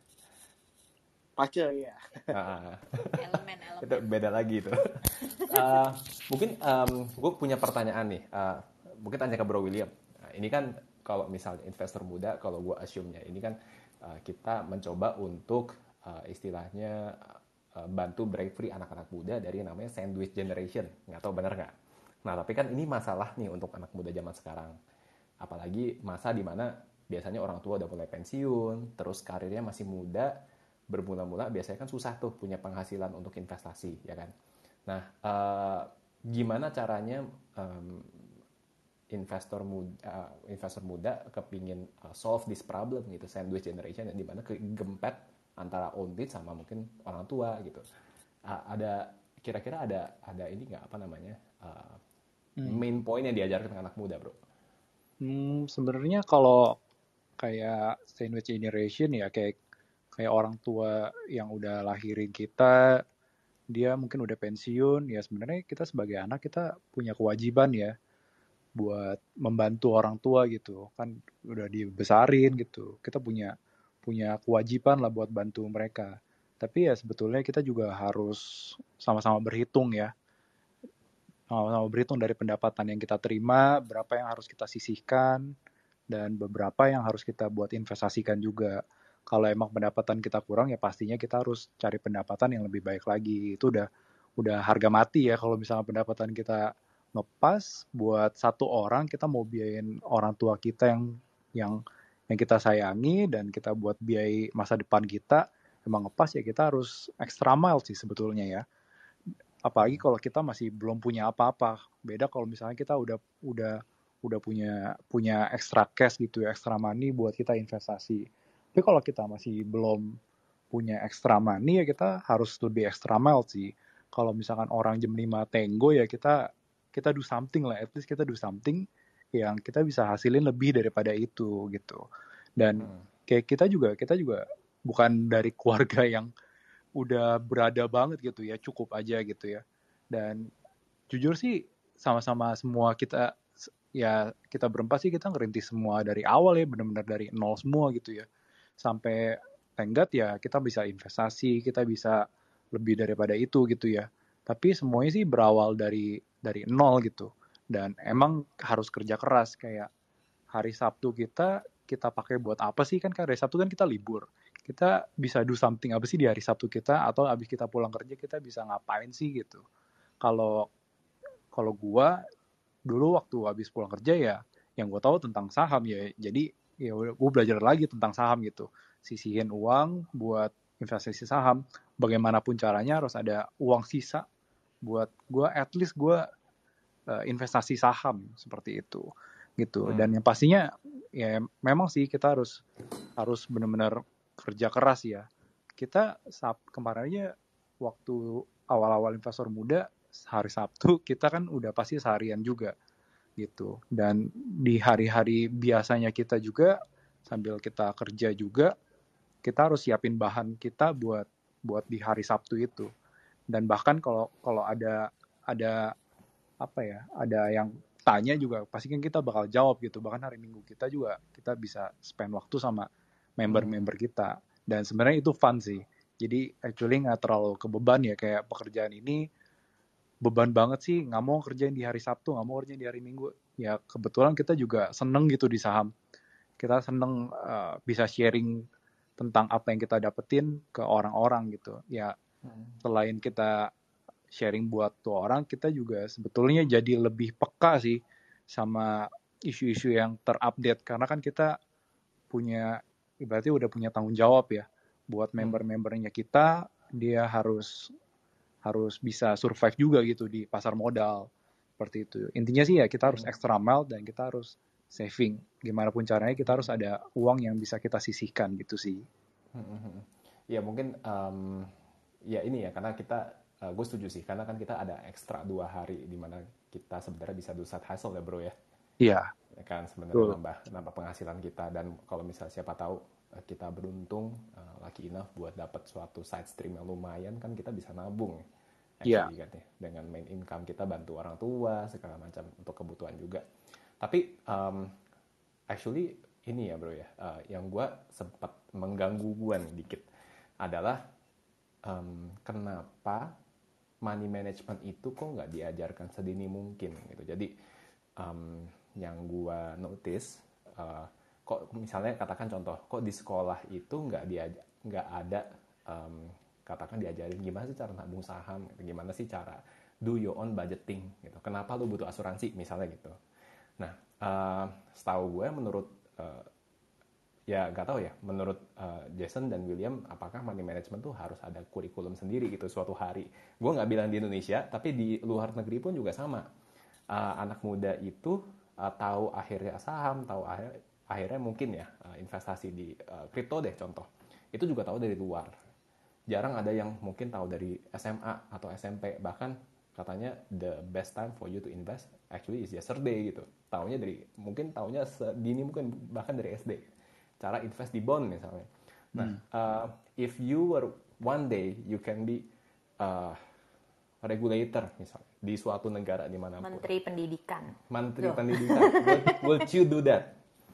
Pace ya. Uh, elemen-elemen. Itu beda lagi itu. uh, mungkin um, gue punya pertanyaan nih, uh, mungkin tanya ke Bro William. Nah, ini kan kalau misalnya investor muda, kalau gue assume-nya ini kan Uh, kita mencoba untuk uh, istilahnya uh, bantu break free anak-anak muda dari yang namanya sandwich generation. Nggak tahu benar nggak? Nah, tapi kan ini masalah nih untuk anak muda zaman sekarang. Apalagi masa di mana biasanya orang tua udah mulai pensiun, terus karirnya masih muda, bermula-mula biasanya kan susah tuh punya penghasilan untuk investasi, ya kan? Nah, uh, gimana caranya um, investor muda, uh, investor muda kepingin uh, solve this problem gitu, sandwich generation, di mana kegempet antara own it sama mungkin orang tua gitu. Uh, ada kira-kira ada ada ini nggak apa namanya uh, hmm. main point yang diajarkan ke anak muda, bro? Hmm, sebenarnya kalau kayak sandwich generation ya kayak kayak orang tua yang udah lahirin kita, dia mungkin udah pensiun, ya sebenarnya kita sebagai anak kita punya kewajiban ya buat membantu orang tua gitu, kan udah dibesarin gitu, kita punya punya kewajiban lah buat bantu mereka. Tapi ya sebetulnya kita juga harus sama-sama berhitung ya, sama-sama berhitung dari pendapatan yang kita terima, berapa yang harus kita sisihkan, dan beberapa yang harus kita buat investasikan juga. Kalau emang pendapatan kita kurang ya pastinya kita harus cari pendapatan yang lebih baik lagi. Itu udah udah harga mati ya kalau misalnya pendapatan kita ngepas buat satu orang, kita mau biayain orang tua kita yang yang yang kita sayangi dan kita buat biayai masa depan kita, emang ngepas ya kita harus extra mile sih sebetulnya ya. Apalagi kalau kita masih belum punya apa-apa. Beda kalau misalnya kita udah udah udah punya punya extra cash gitu ya, extra money buat kita investasi. Tapi kalau kita masih belum punya extra money ya kita harus lebih extra mile sih. Kalau misalkan orang jam lima tenggo ya kita kita do something lah, at least kita do something yang kita bisa hasilin lebih daripada itu gitu. Dan kayak kita juga kita juga bukan dari keluarga yang udah berada banget gitu ya, cukup aja gitu ya. Dan jujur sih sama-sama semua kita ya kita berempat sih kita ngerintis semua dari awal ya, benar-benar dari nol semua gitu ya. Sampai tenggat ya kita bisa investasi, kita bisa lebih daripada itu gitu ya. Tapi semuanya sih berawal dari dari nol gitu. Dan emang harus kerja keras, kayak hari Sabtu kita kita pakai buat apa sih, kan hari Sabtu kan kita libur. Kita bisa do something apa sih di hari Sabtu kita, atau abis kita pulang kerja kita bisa ngapain sih gitu. Kalau kalau gua dulu waktu abis pulang kerja ya yang gua tahu tentang saham ya. Jadi ya gua belajar lagi tentang saham gitu. Sisihin uang buat investasi saham. Bagaimanapun caranya harus ada uang sisa buat gue, at least gue uh, investasi saham seperti itu gitu. Hmm. Dan yang pastinya ya memang sih kita harus harus benar-benar kerja keras ya. Kita sab- kemarin aja waktu awal-awal investor muda hari Sabtu kita kan udah pasti seharian juga gitu. Dan di hari-hari biasanya kita juga sambil kita kerja juga kita harus siapin bahan kita buat buat di hari Sabtu itu. Dan bahkan kalau kalau ada ada apa ya, ada yang tanya juga pasti kan kita bakal jawab gitu. Bahkan hari Minggu kita juga kita bisa spend waktu sama member-member kita. Dan sebenarnya itu fun sih. Jadi actually nggak terlalu kebeban ya, kayak pekerjaan ini beban banget sih, nggak mau kerjain di hari Sabtu, nggak mau kerjain di hari Minggu. Ya kebetulan kita juga seneng gitu di saham. Kita seneng uh, bisa sharing tentang apa yang kita dapetin ke orang-orang gitu. Ya selain kita sharing buat tuh orang, kita juga sebetulnya jadi lebih peka sih sama isu-isu yang terupdate, karena kan kita punya, berarti udah punya tanggung jawab ya buat member-membernya kita. Dia harus harus bisa survive juga gitu di pasar modal seperti itu. Intinya sih ya kita harus extra mile dan kita harus saving. Gimana pun caranya kita harus ada uang yang bisa kita sisihkan gitu sih. Ya mungkin um... ya ini ya, karena kita, uh, gue setuju sih, karena kan kita ada ekstra dua hari di mana kita sebenarnya bisa do side hustle ya bro ya. Iya. Ya kan sebenarnya nambah nambah penghasilan kita, dan kalau misalnya siapa tahu uh, kita beruntung, uh, lucky enough buat dapat suatu side stream yang lumayan, kan kita bisa nabung. Iya. Kan, ya. Dengan main income kita bantu orang tua segala macam untuk kebutuhan juga. Tapi um, actually ini ya bro ya, uh, yang gue sempat mengganggu gue nih dikit adalah Um, kenapa money management itu kok nggak diajarkan sedini mungkin gitu. Jadi um, yang gua notice uh, kok misalnya katakan contoh, kok di sekolah itu nggak diajar, nggak ada um, katakan diajarin gimana sih cara nabung saham, gimana sih cara do your own budgeting gitu. Kenapa lu butuh asuransi misalnya gitu. Nah uh, setahu gue menurut uh, ya nggak tahu ya, menurut uh, Jason dan William, apakah money management tuh harus ada kurikulum sendiri gitu suatu hari? Gue nggak bilang di Indonesia, tapi di luar negeri pun juga sama. Uh, anak muda itu uh, tahu akhirnya saham, tahu akhir, akhirnya mungkin ya uh, investasi di uh, kripto deh contoh, itu juga tahu dari luar. Jarang ada yang mungkin tahu dari S M A atau S M P, bahkan katanya the best time for you to invest actually is yesterday gitu. Taunya dari, mungkin taunya sedini mungkin bahkan dari S D. Cara invest di bond misalnya. Nah, hmm. uh, if you were one day you can be uh, regulator misalnya di suatu negara di mana pun. Menteri Pendidikan. Menteri Yo. Pendidikan. Will, will you do that?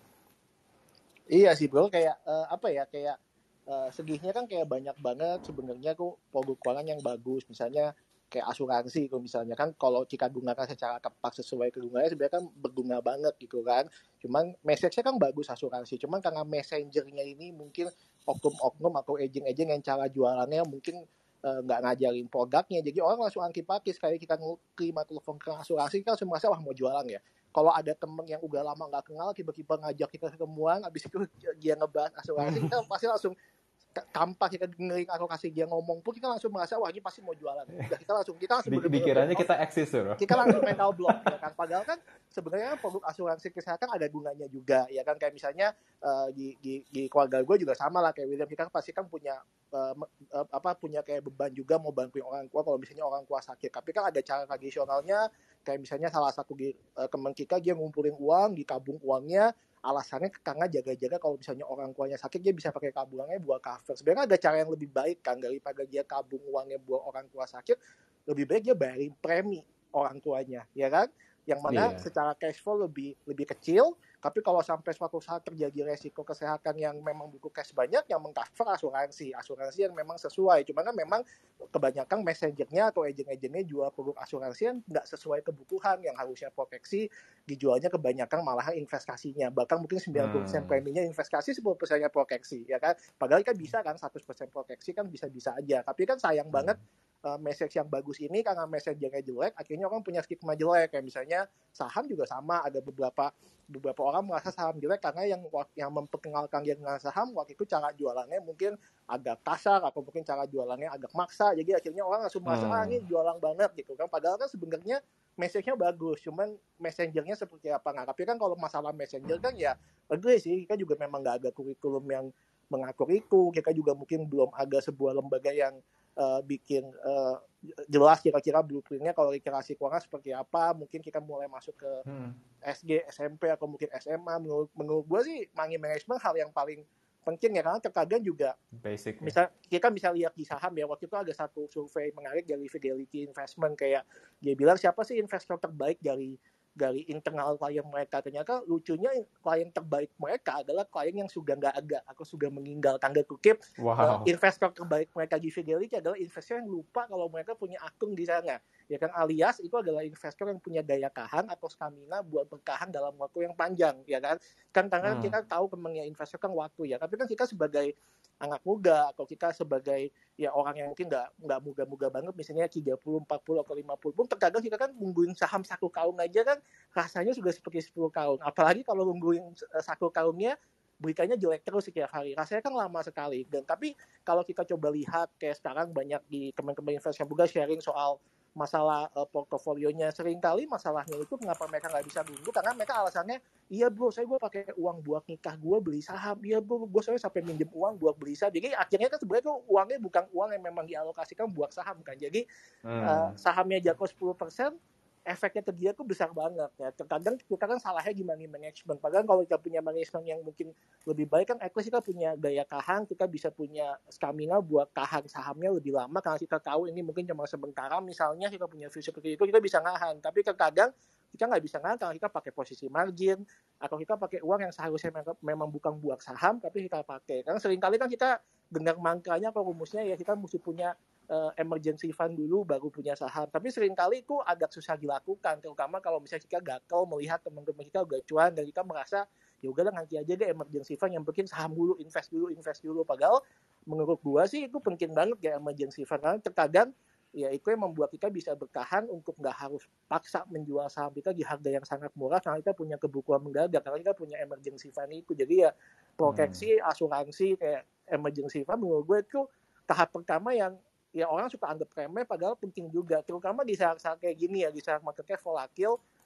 Iya sih bro, kayak uh, apa ya, kayak uh, segihnya kan kayak banyak banget sebenarnya kok produk keuangan yang bagus, misalnya kayak asuransi kalau misalnya kan, kalau jika gunakan secara tepat sesuai kegunaannya sebenarnya kan berguna banget gitu kan. Cuman message-nya kan bagus asuransi, cuman karena messengernya ini mungkin oknum-oknum atau agent-agent yang cara jualannya mungkin nggak uh, ngajarin produknya, jadi orang langsung antipakis. Kayak kita terima telepon ke asuransi kan langsung merasa wah mau jualan ya. Kalau ada temen yang udah lama nggak kenal tiba-tiba ngajak kita ketemuan, abis itu dia ngebahas asuransi, kita pasti langsung kampak, kita dengerin aku kasih dia ngomong pun kita langsung merasa wah ini pasti mau jualan. Udah, kita langsung kita langsung dikiranya kita eksis loh. Kita langsung mental block ya kan. Padahal kan sebenarnya produk asuransi kesehatan ada gunanya juga ya kan. Kayak misalnya uh, di, di di keluarga gue juga sama lah kayak William, kita pasti kan punya uh, uh, apa punya kayak beban juga mau bantuin orang tua kalau misalnya orang tua sakit. Tapi kan ada cara tradisionalnya, kayak misalnya salah satu uh, teman kita dia ngumpulin uang, dikabung uangnya, alasannya karena jaga-jaga kalau misalnya orang tuanya sakit dia bisa pakai tabungannya buat cover. Sebenarnya ada cara yang lebih baik kan, daripada dia tabung uangnya buat orang tua sakit, lebih baik dia bayarin premi orang tuanya, ya kan? Yang mana yeah. secara cash flow lebih lebih kecil, tapi kalau sampai suatu saat terjadi resiko kesehatan yang memang butuh cash banyak, yang mengcover asuransi, asuransi yang memang sesuai. Cuma kan memang kebanyakan messengernya atau agent-agentnya jual produk asuransi yang nggak sesuai kebutuhan, yang harusnya proteksi dijualnya kebanyakan malahan investasinya. Bahkan mungkin sembilan puluh persen hmm. preminya investasi, sepuluh persennya proteksi, ya kan? Padahal kan bisa kan seratus persen proteksi kan bisa-bisa aja. Tapi kan sayang hmm. banget uh, message yang bagus ini karena messengernya jelek, akhirnya orang punya stigma jelek. Kayak misalnya saham juga sama, ada beberapa beberapa orang merasa saham jelek karena yang yang memperkenalkan dia dengan saham waktu itu cara jualannya mungkin agak kasar atau mungkin cara jualannya agak maksa, jadi akhirnya orang langsung merasa hmm. ah ini jualan banget gitu kan. Padahal kan sebenarnya message-nya bagus, cuman messengernya seperti apa nggak. Tapi kan kalau masalah messenger kan ya agree sih, kita juga memang nggak ada kurikulum yang mengatur itu, kita juga mungkin belum ada sebuah lembaga yang Uh, bikin uh, jelas kira-kira blueprint-nya kalau literasi keuangan seperti apa. Mungkin kita mulai masuk ke hmm. S D, S M P atau mungkin S M A. Menurut, menurut gue sih money management hal yang paling penting ya, karena terkadang juga basic. Misal kita bisa lihat di saham ya, waktu itu ada satu survei menarik dari Fidelity Investment, kayak dia bilang siapa sih investor terbaik dari dari internal klien mereka. Ternyata lucunya klien terbaik mereka adalah klien yang sudah nggak ada atau sudah meninggal, tanda kutip. Wow. Uh, investor terbaik mereka di Fidelity adalah investor yang lupa kalau mereka punya akun di sana, ya kan, alias itu adalah investor yang punya daya tahan atau stamina buat bertahan dalam waktu yang panjang, ya kan. Kan karena hmm. kita tahu kemengnya investor kan waktu ya, tapi kan kita sebagai anak muda atau kita sebagai ya orang yang mungkin nggak nggak muda-muda banget, misalnya tiga puluh, empat puluh atau lima puluh pun terkadang kita kan nungguin saham satu tahun aja kan rasanya sudah seperti sepuluh tahun. Apalagi kalau nungguin satu tahunnya beritanya jelek terus setiap hari, rasanya kan lama sekali. Dan tapi kalau kita coba lihat kayak sekarang banyak di teman-teman investor juga sharing soal masalah uh, portofolionya, seringkali masalahnya itu kenapa mereka nggak bisa nunggu, karena mereka alasannya, iya bro, saya gue pakai uang buat nikah gue beli saham, iya bro, gue saya sampai minjem uang buat beli saham. Jadi akhirnya kan sebenarnya tuh uangnya bukan uang yang memang dialokasikan buat saham kan. Jadi hmm. uh, sahamnya jatuh sepuluh persen, efeknya ke dia tuh besar banget ya. Terkadang kita kan salahnya di money management. Padahal kalau kita punya management yang mungkin lebih baik kan, at least kita punya daya tahan, kita bisa punya stamina buat tahan sahamnya lebih lama, karena kita tahu ini mungkin cuma sebentar. Misalnya kita punya view seperti itu, kita bisa nahan. Tapi terkadang kita nggak bisa nahan karena kita pakai posisi margin, atau kita pakai uang yang seharusnya memang bukan buat saham, tapi kita pakai. Karena seringkali kan kita dengar mantranya atau rumusnya ya kita mesti punya Uh, emergency fund dulu baru punya saham, tapi seringkali itu agak susah dilakukan, terutama kalau misalnya kita gagal melihat teman-teman kita udah cuan dan kita merasa ya udah nanti aja deh emergency fund, yang penting saham dulu, invest dulu, invest dulu. Padahal menurut gua sih itu penting banget ya emergency fund, karena terkadang ya itu yang membuat kita bisa bertahan untuk nggak harus paksa menjual saham kita di harga yang sangat murah, karena kita punya kebutuhan mendadak, karena kita punya emergency fund itu. Jadi ya proteksi hmm. asuransi kayak emergency fund menurut gue itu tahap pertama yang ya orang suka anggap remeh, padahal penting juga, terutama di saat-saat kayak gini ya, di saat marketnya volatil,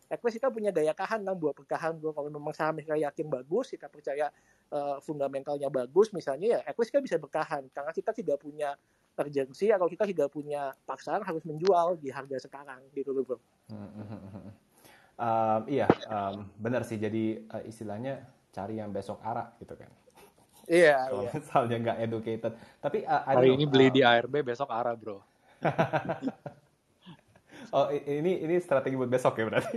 at least kita punya daya tahan kan buat bertahan. Kalau memang saham kita yakin bagus, kita percaya uh, fundamentalnya bagus misalnya, ya at least kita bisa bertahan karena kita tidak punya urgensi atau kita tidak punya paksaan harus menjual di harga sekarang gitu loh bro. Um, iya, um, benar sih. Jadi uh, istilahnya cari yang besok arah gitu kan. Iya. Kalau iya. misalnya nggak educated. Tapi uh, hari ini beli uh, di A R B, besok arah bro. Oh ini ini strategi buat besok ya berarti.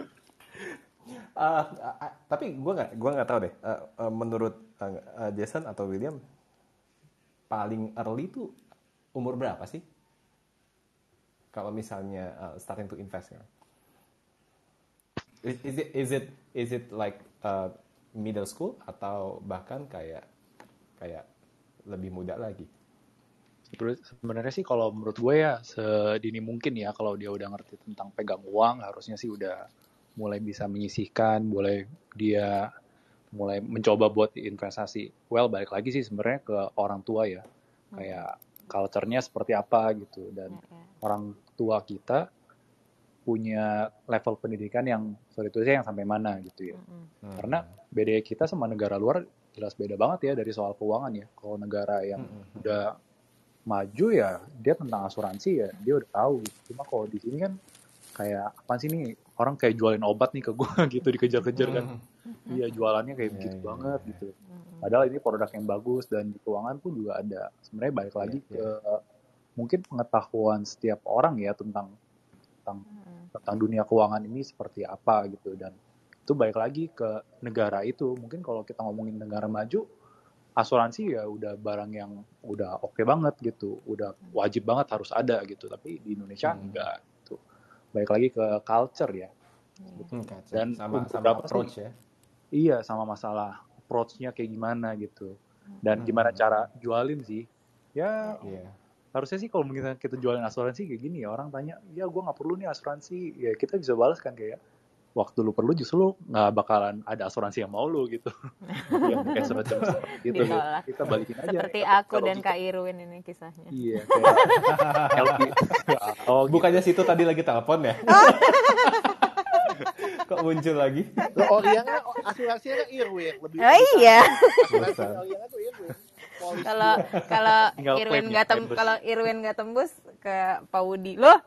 uh, uh, tapi gue nggak gue nggak tahu deh. Uh, uh, menurut uh, uh, Jason atau William, paling early tuh umur berapa sih? Kalau misalnya uh, starting to invest ya. Is, is it is it is it like uh, middle school atau bahkan kayak kayak lebih muda lagi? Sebenarnya sih kalau menurut gue ya sedini mungkin ya, kalau dia udah ngerti tentang pegang uang harusnya sih udah mulai bisa menyisihkan, boleh dia mulai mencoba buat investasi. Well, balik lagi sih sebenarnya ke orang tua ya, kayak culture-nya seperti apa gitu, dan okay. orang tua kita punya level pendidikan yang sorry itu yang sampai mana gitu ya. Mm-hmm. Karena beda kita sama negara luar jelas beda banget ya dari soal keuangan ya. Kalau negara yang mm-hmm. udah maju ya dia tentang asuransi ya dia udah tahu gitu. Cuma kalau di sini kan kayak apa sih nih, orang kayak jualin obat nih ke gue gitu, dikejar-kejar kan. Iya, jualannya kayak begitu yeah, banget yeah, gitu. Padahal ini produk yang bagus dan di keuangan pun juga ada. Sebenarnya balik lagi yeah, ke yeah. mungkin pengetahuan setiap orang ya tentang tentang tentang dunia keuangan ini seperti apa gitu, dan itu balik lagi ke negara itu. Mungkin kalau kita ngomongin negara maju, asuransi ya udah barang yang udah oke okay banget gitu, udah wajib banget harus ada gitu. Tapi di Indonesia hmm. enggak gitu. Balik lagi ke culture ya. Hmm, dan sama, sama approach sih, ya. Iya, sama masalah approach-nya kayak gimana gitu. Dan hmm. gimana cara jualin sih. Ya yeah. harusnya sih kalau misalnya kita jualin asuransi kayak gini ya, orang tanya, ya gue nggak perlu nih asuransi. Ya kita bisa balas kan kayak, waktu lu perlu justru lu nggak bakalan ada asuransi yang mau lu gitu. Yang kayak semacam gitu. Ditolak. Kita balikin aja. Seperti ya, aku dan Kak Irwin ini kisahnya. Iya. Kayak L P. Oh, bukannya situ tadi lagi telepon ya? Kok muncul lagi? Oh iya kan asuransinya kan Irwin lebih. Oh iya. Asuransi Oriana tuh Irwin. Kalau kalau Irwin nggak tem kalau Irwin nggak tembus ke Paudi loh.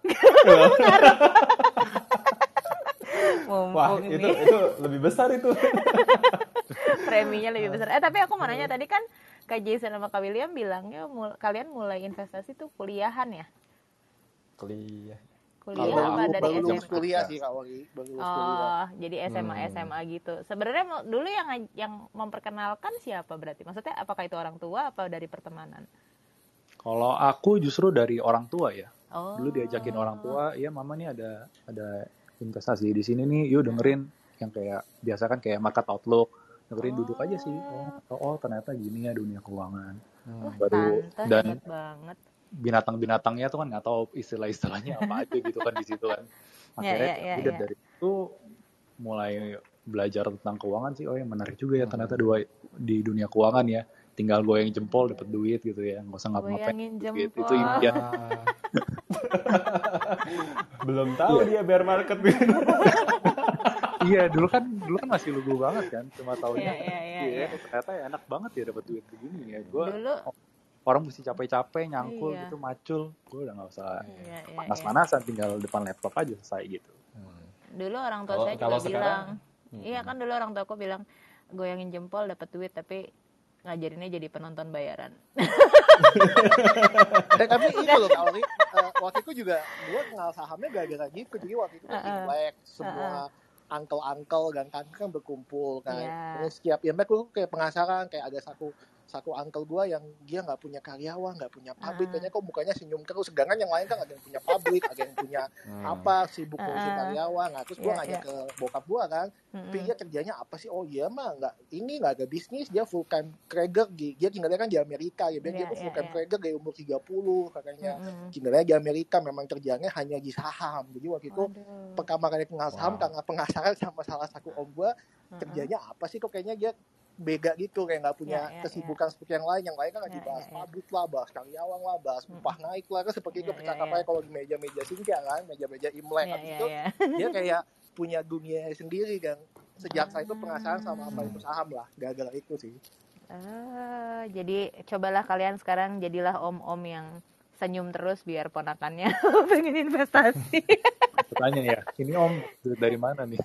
Wah itu itu lebih besar itu. Preminya lebih besar. Eh tapi aku mau nanya tadi kan Kak Jason sama Kak William bilangnya mul- kalian mulai investasi tuh kuliahan ya? Kuliah. Kuliah Kalau apa dari baru S M A? Kuliah sih Kak Wagi, baru oh, kuliah. Jadi S M A hmm. S M A gitu. Sebenarnya dulu yang yang memperkenalkan siapa berarti? Maksudnya apakah itu orang tua apa dari pertemanan? Kalau aku justru dari orang tua ya. Oh. Dulu diajakin orang tua, ya mama nih ada ada investasi di sini nih, yuk dengerin yang kayak biasa kan kayak market outlook, dengerin oh. duduk aja sih. Oh, oh ternyata gini ya dunia keuangan. Hmm. Wah, baru tante, dan banget. Binatang-binatangnya tuh kan nggak tahu istilah-istilahnya apa aja gitu kan di situ kan. Akhirnya ya, ya, ya, ya. dari itu mulai belajar tentang keuangan sih. Oh yang menarik juga ya ternyata dua di dunia keuangan ya. Tinggal goyang jempol dapat duit gitu ya, nggak usah ngapa-ngapain. Duit itu impian. Belum tahu ya. Dia bear market. Iya dulu kan dulu kan masih lugu banget kan, cuma taunya ya, ya, ya, ya, ya. ternyata ya enak banget ya dapat duit begini ya. Gue dulu orang mesti capek-capek nyangkul iya. gitu macul, gue udah nggak usah iya, iya, panas-panasan, tinggal depan laptop aja selesai gitu. Hmm. Dulu orang tua kalo, saya juga sekarang, bilang, hmm. iya kan dulu orang tua aku bilang goyangin jempol dapat duit tapi ngajarinnya jadi penonton bayaran. eh, tapi itu loh Kak Wagi, uh, waktu itu juga gue kenal sahamnya gara-gara gitu, jadi waktu itu kan uh-uh. Imlek semua uh-uh. uncle-uncle dan tante kan berkumpul kan, yeah. Terus setiap Imlek gue kayak penasaran kayak ada satu satu uncle gue yang dia nggak punya karyawan, nggak punya pabrik, uh. kayaknya kok mukanya senyum terus. Sedangkan yang lain kan ada yang punya pabrik, ada yang punya hmm. apa sibuk ngurusin uh. karyawan. Nah terus gue yeah, nanya yeah. ke bokap gue kan, mm-hmm. tapi dia kerjanya apa sih? Oh iya mah nggak, ini nggak ada bisnis, dia full time trader, dia tinggalnya kan di Amerika ya, dia, yeah, dia tuh full time yeah, trader yeah. dari umur tiga puluh katanya, mm-hmm. tinggalnya di Amerika, memang kerjanya hanya di saham. Jadi waktu itu pertama kali kenal saham wow. karena penasaran sama salah satu om gue, kerjanya apa sih kok kayaknya dia beda gitu, kayak nggak punya Ya, ya, kesibukan seperti yang lain. Yang lain kan lagi Ya, bahas ya, ya. pabrik lah, bahas karyawan lah, bahas upah naik lah, kan seperti itu Ya, ya, percakapannya ya. kalau di meja-meja Sinja kan, meja-meja Imlek. Ya, Habis ya, itu ya. dia kayak punya dunia sendiri kan. Sejak saya itu penasaran sama apa itu saham lah, gara-gara itu sih. Ah, jadi cobalah kalian sekarang jadilah om-om yang senyum terus biar ponakannya pengen investasi. Tanya ya, ini om duit dari mana nih?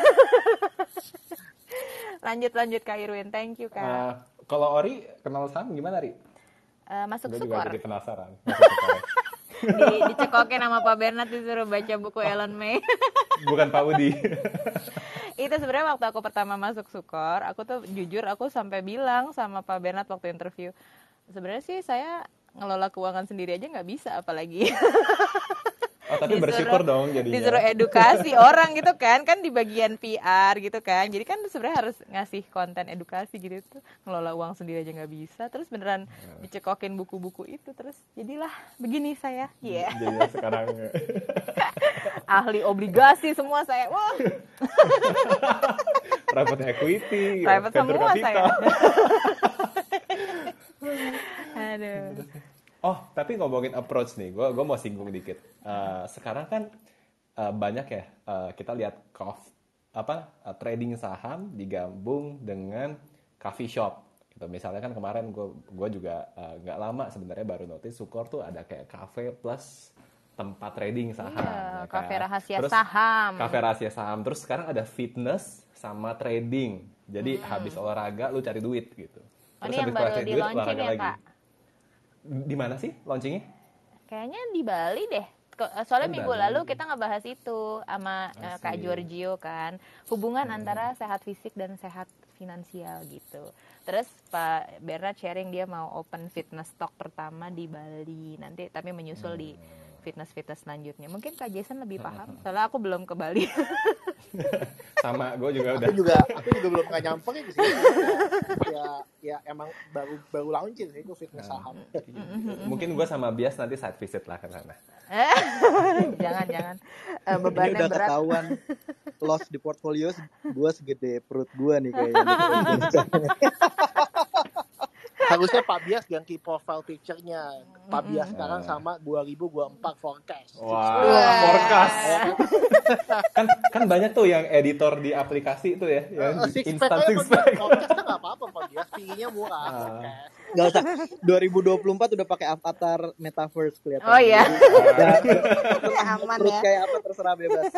lanjut lanjut Kak Irwin, thank you Kak. Uh, kalau Ori kenal saham gimana, Ri? Uh, masuk Gue Sukor. juga jadi penasaran. Masuk Sukor. Di, dicekokin sama Pak Bernard disuruh baca buku Elon May. Bukan Pak Udi. Itu sebenarnya waktu aku pertama masuk Sukor, aku tuh jujur aku sampai bilang sama Pak Bernard waktu interview, sebenarnya sih saya ngelola keuangan sendiri aja nggak bisa, apalagi Oh, tapi disuruh, bersyukur dong jadinya. Disuruh edukasi orang gitu kan, kan di bagian P R gitu kan. Jadi kan sebenarnya harus ngasih konten edukasi gitu tuh. Ngelola uang sendiri aja nggak bisa. Terus beneran dicekokin buku-buku itu. Terus jadilah begini saya. Iya. Yeah. Jadinya sekarang ahli obligasi semua saya. Wah. Private equity, private semua capital. Saya. Aduh. Oh, tapi ngomongin approach nih, gue gue mau singgung dikit. Uh, sekarang kan uh, banyak ya uh, kita lihat cof, apa uh, trading saham digabung dengan coffee shop. Gitu. Misalnya kan kemarin gue gue juga nggak uh, lama sebenarnya baru notice Sukor tuh ada kayak cafe plus tempat trading saham. Iya, ya kafe kan? rahasia Terus, saham. Kafe rahasia saham. Terus sekarang ada fitness sama trading. Jadi hmm. habis olahraga lu cari duit gitu. Oh, terus ini yang baru di launching ya, Kak? Di mana sih launchingnya? Kayaknya di Bali deh. Soalnya Oh, minggu Bali. lalu kita ngebahas itu sama uh, Kak Giorgio kan. Hubungan hmm. antara sehat fisik dan sehat finansial gitu. Terus Pak Bernard sharing dia mau open fitness talk pertama di Bali. Nanti tapi menyusul hmm. di fitness-fitness selanjutnya. Mungkin Kak Jason lebih paham. Soalnya aku belum ke Bali. Sama, gue juga udah. Aku juga, aku juga belum pernah nyampe gitu sih. Ya, ya emang baru baru launching sih itu fitness saham. Mungkin gue sama Bias nanti side visit lah ke sana. jangan jangan uh, bebannya ini udah berat. Ketahuan loss di portfolio gue segede perut gue nih kayaknya. Harusnya Pak Bias ganti profile picture-nya. Pak Bias sekarang sama dua ribu dua puluh empat forecast. Wah, wow, forecast. kan kan banyak tuh yang editor di aplikasi itu ya, yang uh, instant six pack. Forecast kan enggak apa-apa Pak Bias, tingginya murah uh. forecast. Enggak usah. dua ribu dua puluh empat udah pakai avatar metaverse kelihatan. Oh iya. Ya, aman ya. Kayak apa terserah bebas.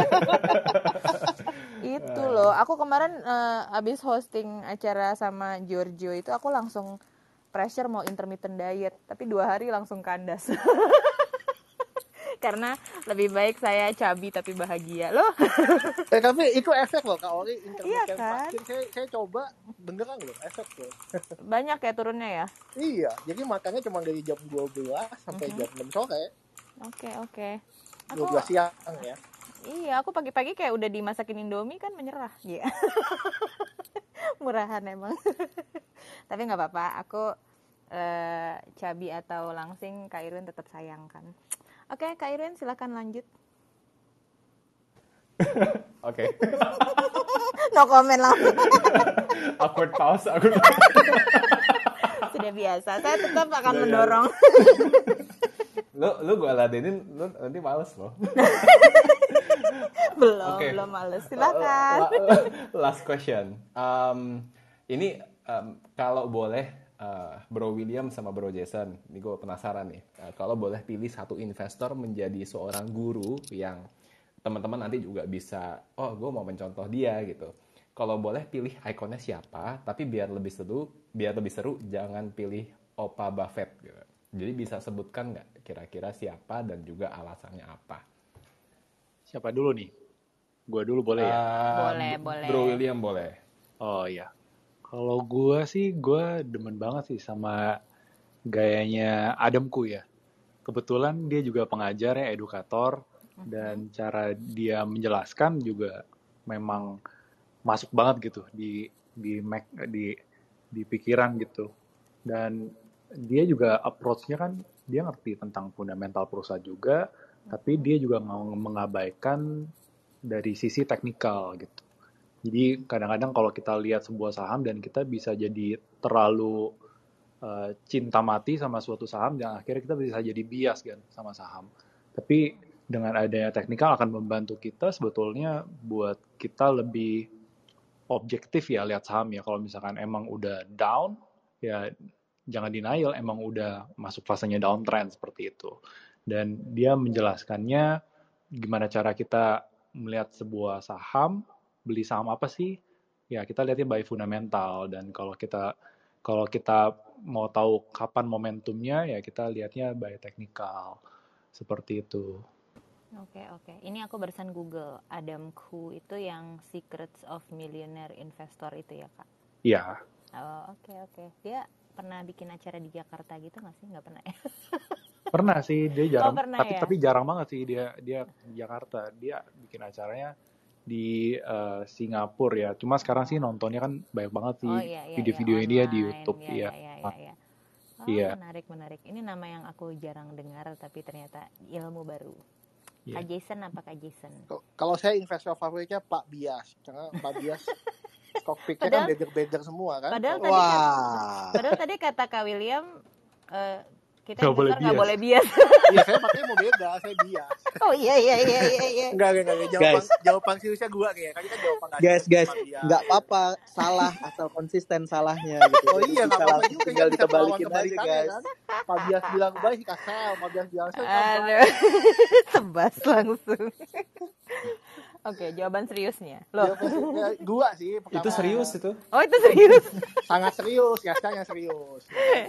Itu loh, aku kemarin uh, abis hosting acara sama Giorgio itu aku langsung pressure mau intermittent diet, tapi dua hari langsung kandas. Karena lebih baik saya cabi tapi bahagia loh. Eh tapi itu efek loh Kak Ori, intermittent iya kan? fasting saya, saya coba beneran loh efek loh. Banyak ya turunnya ya? Iya, jadi makannya cuma dari jam dua belas sampai mm-hmm. jam enam sore. Oke okay, oke. Okay. Aku... dua belas siang ya. Iya, aku pagi-pagi kayak udah dimasakin Indomie kan menyerah. Iya. Yeah. Murahan emang. Tapi nggak apa-apa, aku uh, cabi atau langsing Kak Irwin tetap sayangkan. Oke, okay, Kak Irwin silakan lanjut. Oke. No comment langsung. Awkward pause. Aku. Sudah biasa, saya tetap akan Sudah mendorong. lu lu gue ladenin, lu nanti males loh. belum okay. belum males, silakan. Last question. Um, ini um, kalau boleh uh, Bro William sama Bro Jason, ini gue penasaran nih. Uh, kalau boleh pilih satu investor menjadi seorang guru yang teman-teman nanti juga bisa, oh gue mau mencontoh dia gitu. Kalau boleh pilih ikonnya siapa, tapi biar lebih seru, biar lebih seru jangan pilih Opa Buffett gitu. Jadi bisa sebutkan nggak kira-kira siapa dan juga alasannya apa? Siapa dulu nih? Gue dulu boleh ya? Uh, boleh, boleh. Bro William boleh. Oh iya. Kalau gue sih, gue demen banget sih sama gayanya Adamku ya. Kebetulan dia juga pengajar ya, edukator. Uh-huh. Dan cara dia menjelaskan juga memang masuk banget gitu di di di di pikiran gitu. Dan dia juga approach-nya kan dia ngerti tentang fundamental perusahaan juga, tapi dia juga mau mengabaikan dari sisi teknikal gitu. Jadi kadang-kadang kalau kita lihat sebuah saham dan kita bisa jadi terlalu uh, cinta mati sama suatu saham dan akhirnya kita bisa jadi bias kan sama saham. Tapi dengan adanya teknikal akan membantu kita sebetulnya buat kita lebih objektif ya lihat saham ya. Kalau misalkan emang udah down ya jangan denial, emang udah masuk fasenya downtrend seperti itu. Dan dia menjelaskannya gimana cara kita melihat sebuah saham, beli saham apa sih? Ya kita lihatnya by fundamental, dan kalau kita kalau kita mau tahu kapan momentumnya ya kita lihatnya by technical. Seperti itu. Oke, oke. Ini aku barusan Google. Adam Khoo itu yang Secrets of Millionaire Investor itu ya, Kak? Iya. Oh, oke, oke. Dia pernah bikin acara di Jakarta gitu nggak sih? Nggak pernah ya? Pernah sih, dia jarang. Oh, pernah tapi ya? tapi jarang banget sih dia dia di Jakarta. Dia bikin acaranya di uh, Singapura ya. Cuma sekarang sih nontonnya kan banyak banget sih Oh, iya, iya, video-videonya iya, dia di online. YouTube. Iya, Iya. iya, iya, iya. Oh, Iya. menarik, menarik. Ini nama yang aku jarang dengar, tapi ternyata ilmu baru. Iya. Kak Jason apa Kak Jason? Kalau saya investor favoritnya Pak Bias, karena Pak Bias kokpitnya kan Padahal- beggar-beggar semua kan. Padahal tadi, kan, Wah. padahal tadi kata Kak William, eh, kita Nggak boleh investor nggak bias. boleh bias. Iya, saya makanya mau beda, saya bias. Oh iya, iya, iya, iya, iya. Enggak, enggak, enggak. Jawaban, Guys. jawaban seriusnya gua kayak. Kan kan jawaban nggak Guys, serius, guys, Pak Bias. nggak apa-apa salah asal konsisten salahnya gitu. Oh Jadi iya, nggak bisa apa-apa langsung juga. tinggal Kan bisa dikebalikin aja kebalikannya guys. kan. Pak Bias bilang baik, kasel. Pak Bias bilang saya Aduh, tebas langsung. Oke, jawaban seriusnya. Loh, Jawaban seriusnya gua sih. Pertama, Itu serius itu. oh itu serius. Sangat serius, ya sekarang yang serius.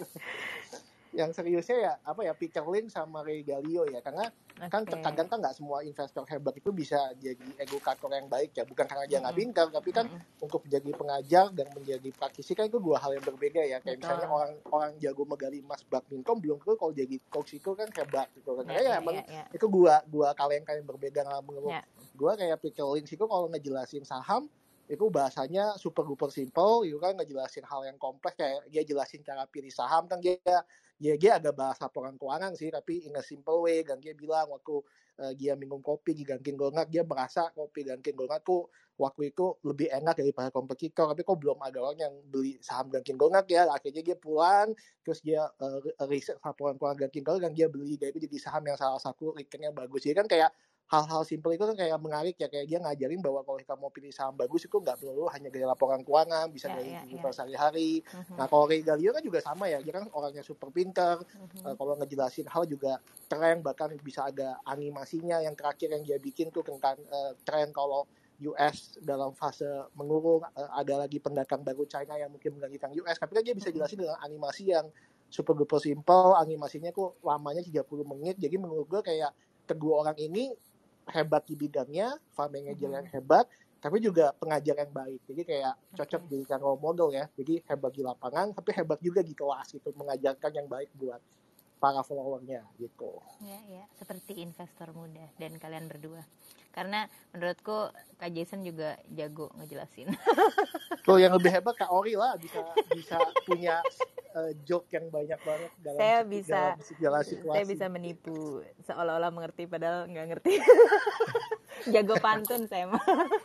Yang seriusnya ya apa ya, Peter Lynch sama Ray Dalio ya, karena kan Oke. terkadang kan nggak semua investor hebat itu bisa jadi edukator yang baik ya, bukan karena dia nggak pintar, tapi kan untuk menjadi pengajar dan menjadi praktisi kan itu dua hal yang berbeda ya. Kayak Betul. misalnya orang orang jago megali emas badminton belum tentu kalau jadi coach itu kan hebat gitu kan. Ya, Kayak ya, emang ya, ya. itu gua gua kalian kalian berbeda nggak menurut Ya. gua. Kayak Peter Lynch itu kalau ngejelasin saham itu bahasanya super duper simple, itu kan ngejelasin hal yang kompleks, kayak dia jelasin cara pilih saham kan dia ya dia agak bahas laporan keuangan sih, tapi in a simple way. Dan dia bilang waktu uh, dia minum kopi di Dunkin Donut, dia merasa kopi Dunkin Donut tuh waktu itu lebih enak daripada kompetitor, tapi kok belum ada orang yang beli saham Dunkin Donut ya. Akhirnya dia pulang, terus dia uh, riset laporan keuangan Dunkin Donut dan dia beli, dan itu jadi saham yang salah satu returnnya bagus. Jadi kan kayak hal-hal simple itu kan kayak menarik ya, kayak dia ngajarin bahwa kalau kita mau pilih saham bagus itu nggak perlu hanya dari laporan keuangan, bisa Ya, dari ya, kehidupan ya. sehari-hari. Mhm. Nah kalau Ray Dalio kan juga sama ya, dia kan orangnya super pinter. Mhm. Uh, kalau ngejelasin hal juga keren, bahkan bisa ada animasinya. Yang terakhir yang dia bikin tuh tentang uh, tren kalau U S dalam fase mengurung, uh, ada lagi pendatang baru China yang mungkin menggantikan U S, tapi kan dia bisa jelasin dengan animasi yang super duper simple. Animasinya kok lamanya tiga puluh menit, jadi menurut gue kayak kedua orang ini hebat di bidangnya, fund manager yang hebat, tapi juga pengajar yang baik. Jadi kayak cocok Oke. dijadikan role model ya. Jadi hebat di lapangan, tapi hebat juga di kelas gitu, mengajarkan yang baik buat para followernya gitu. Ya, ya, seperti investor muda dan kalian berdua. Karena menurutku Kak Jason juga jago ngejelasin. Tuh yang lebih hebat Kak Ori lah, bisa bisa punya uh, joke yang banyak banget dalam Saya seti- bisa, dalam segala situasi. saya bisa menipu seolah-olah mengerti padahal nggak ngerti. Jago pantun saya mah.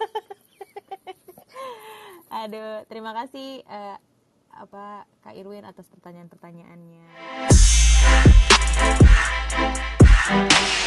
Aduh, terima kasih eh, apa Kak Irwin atas pertanyaan-pertanyaannya.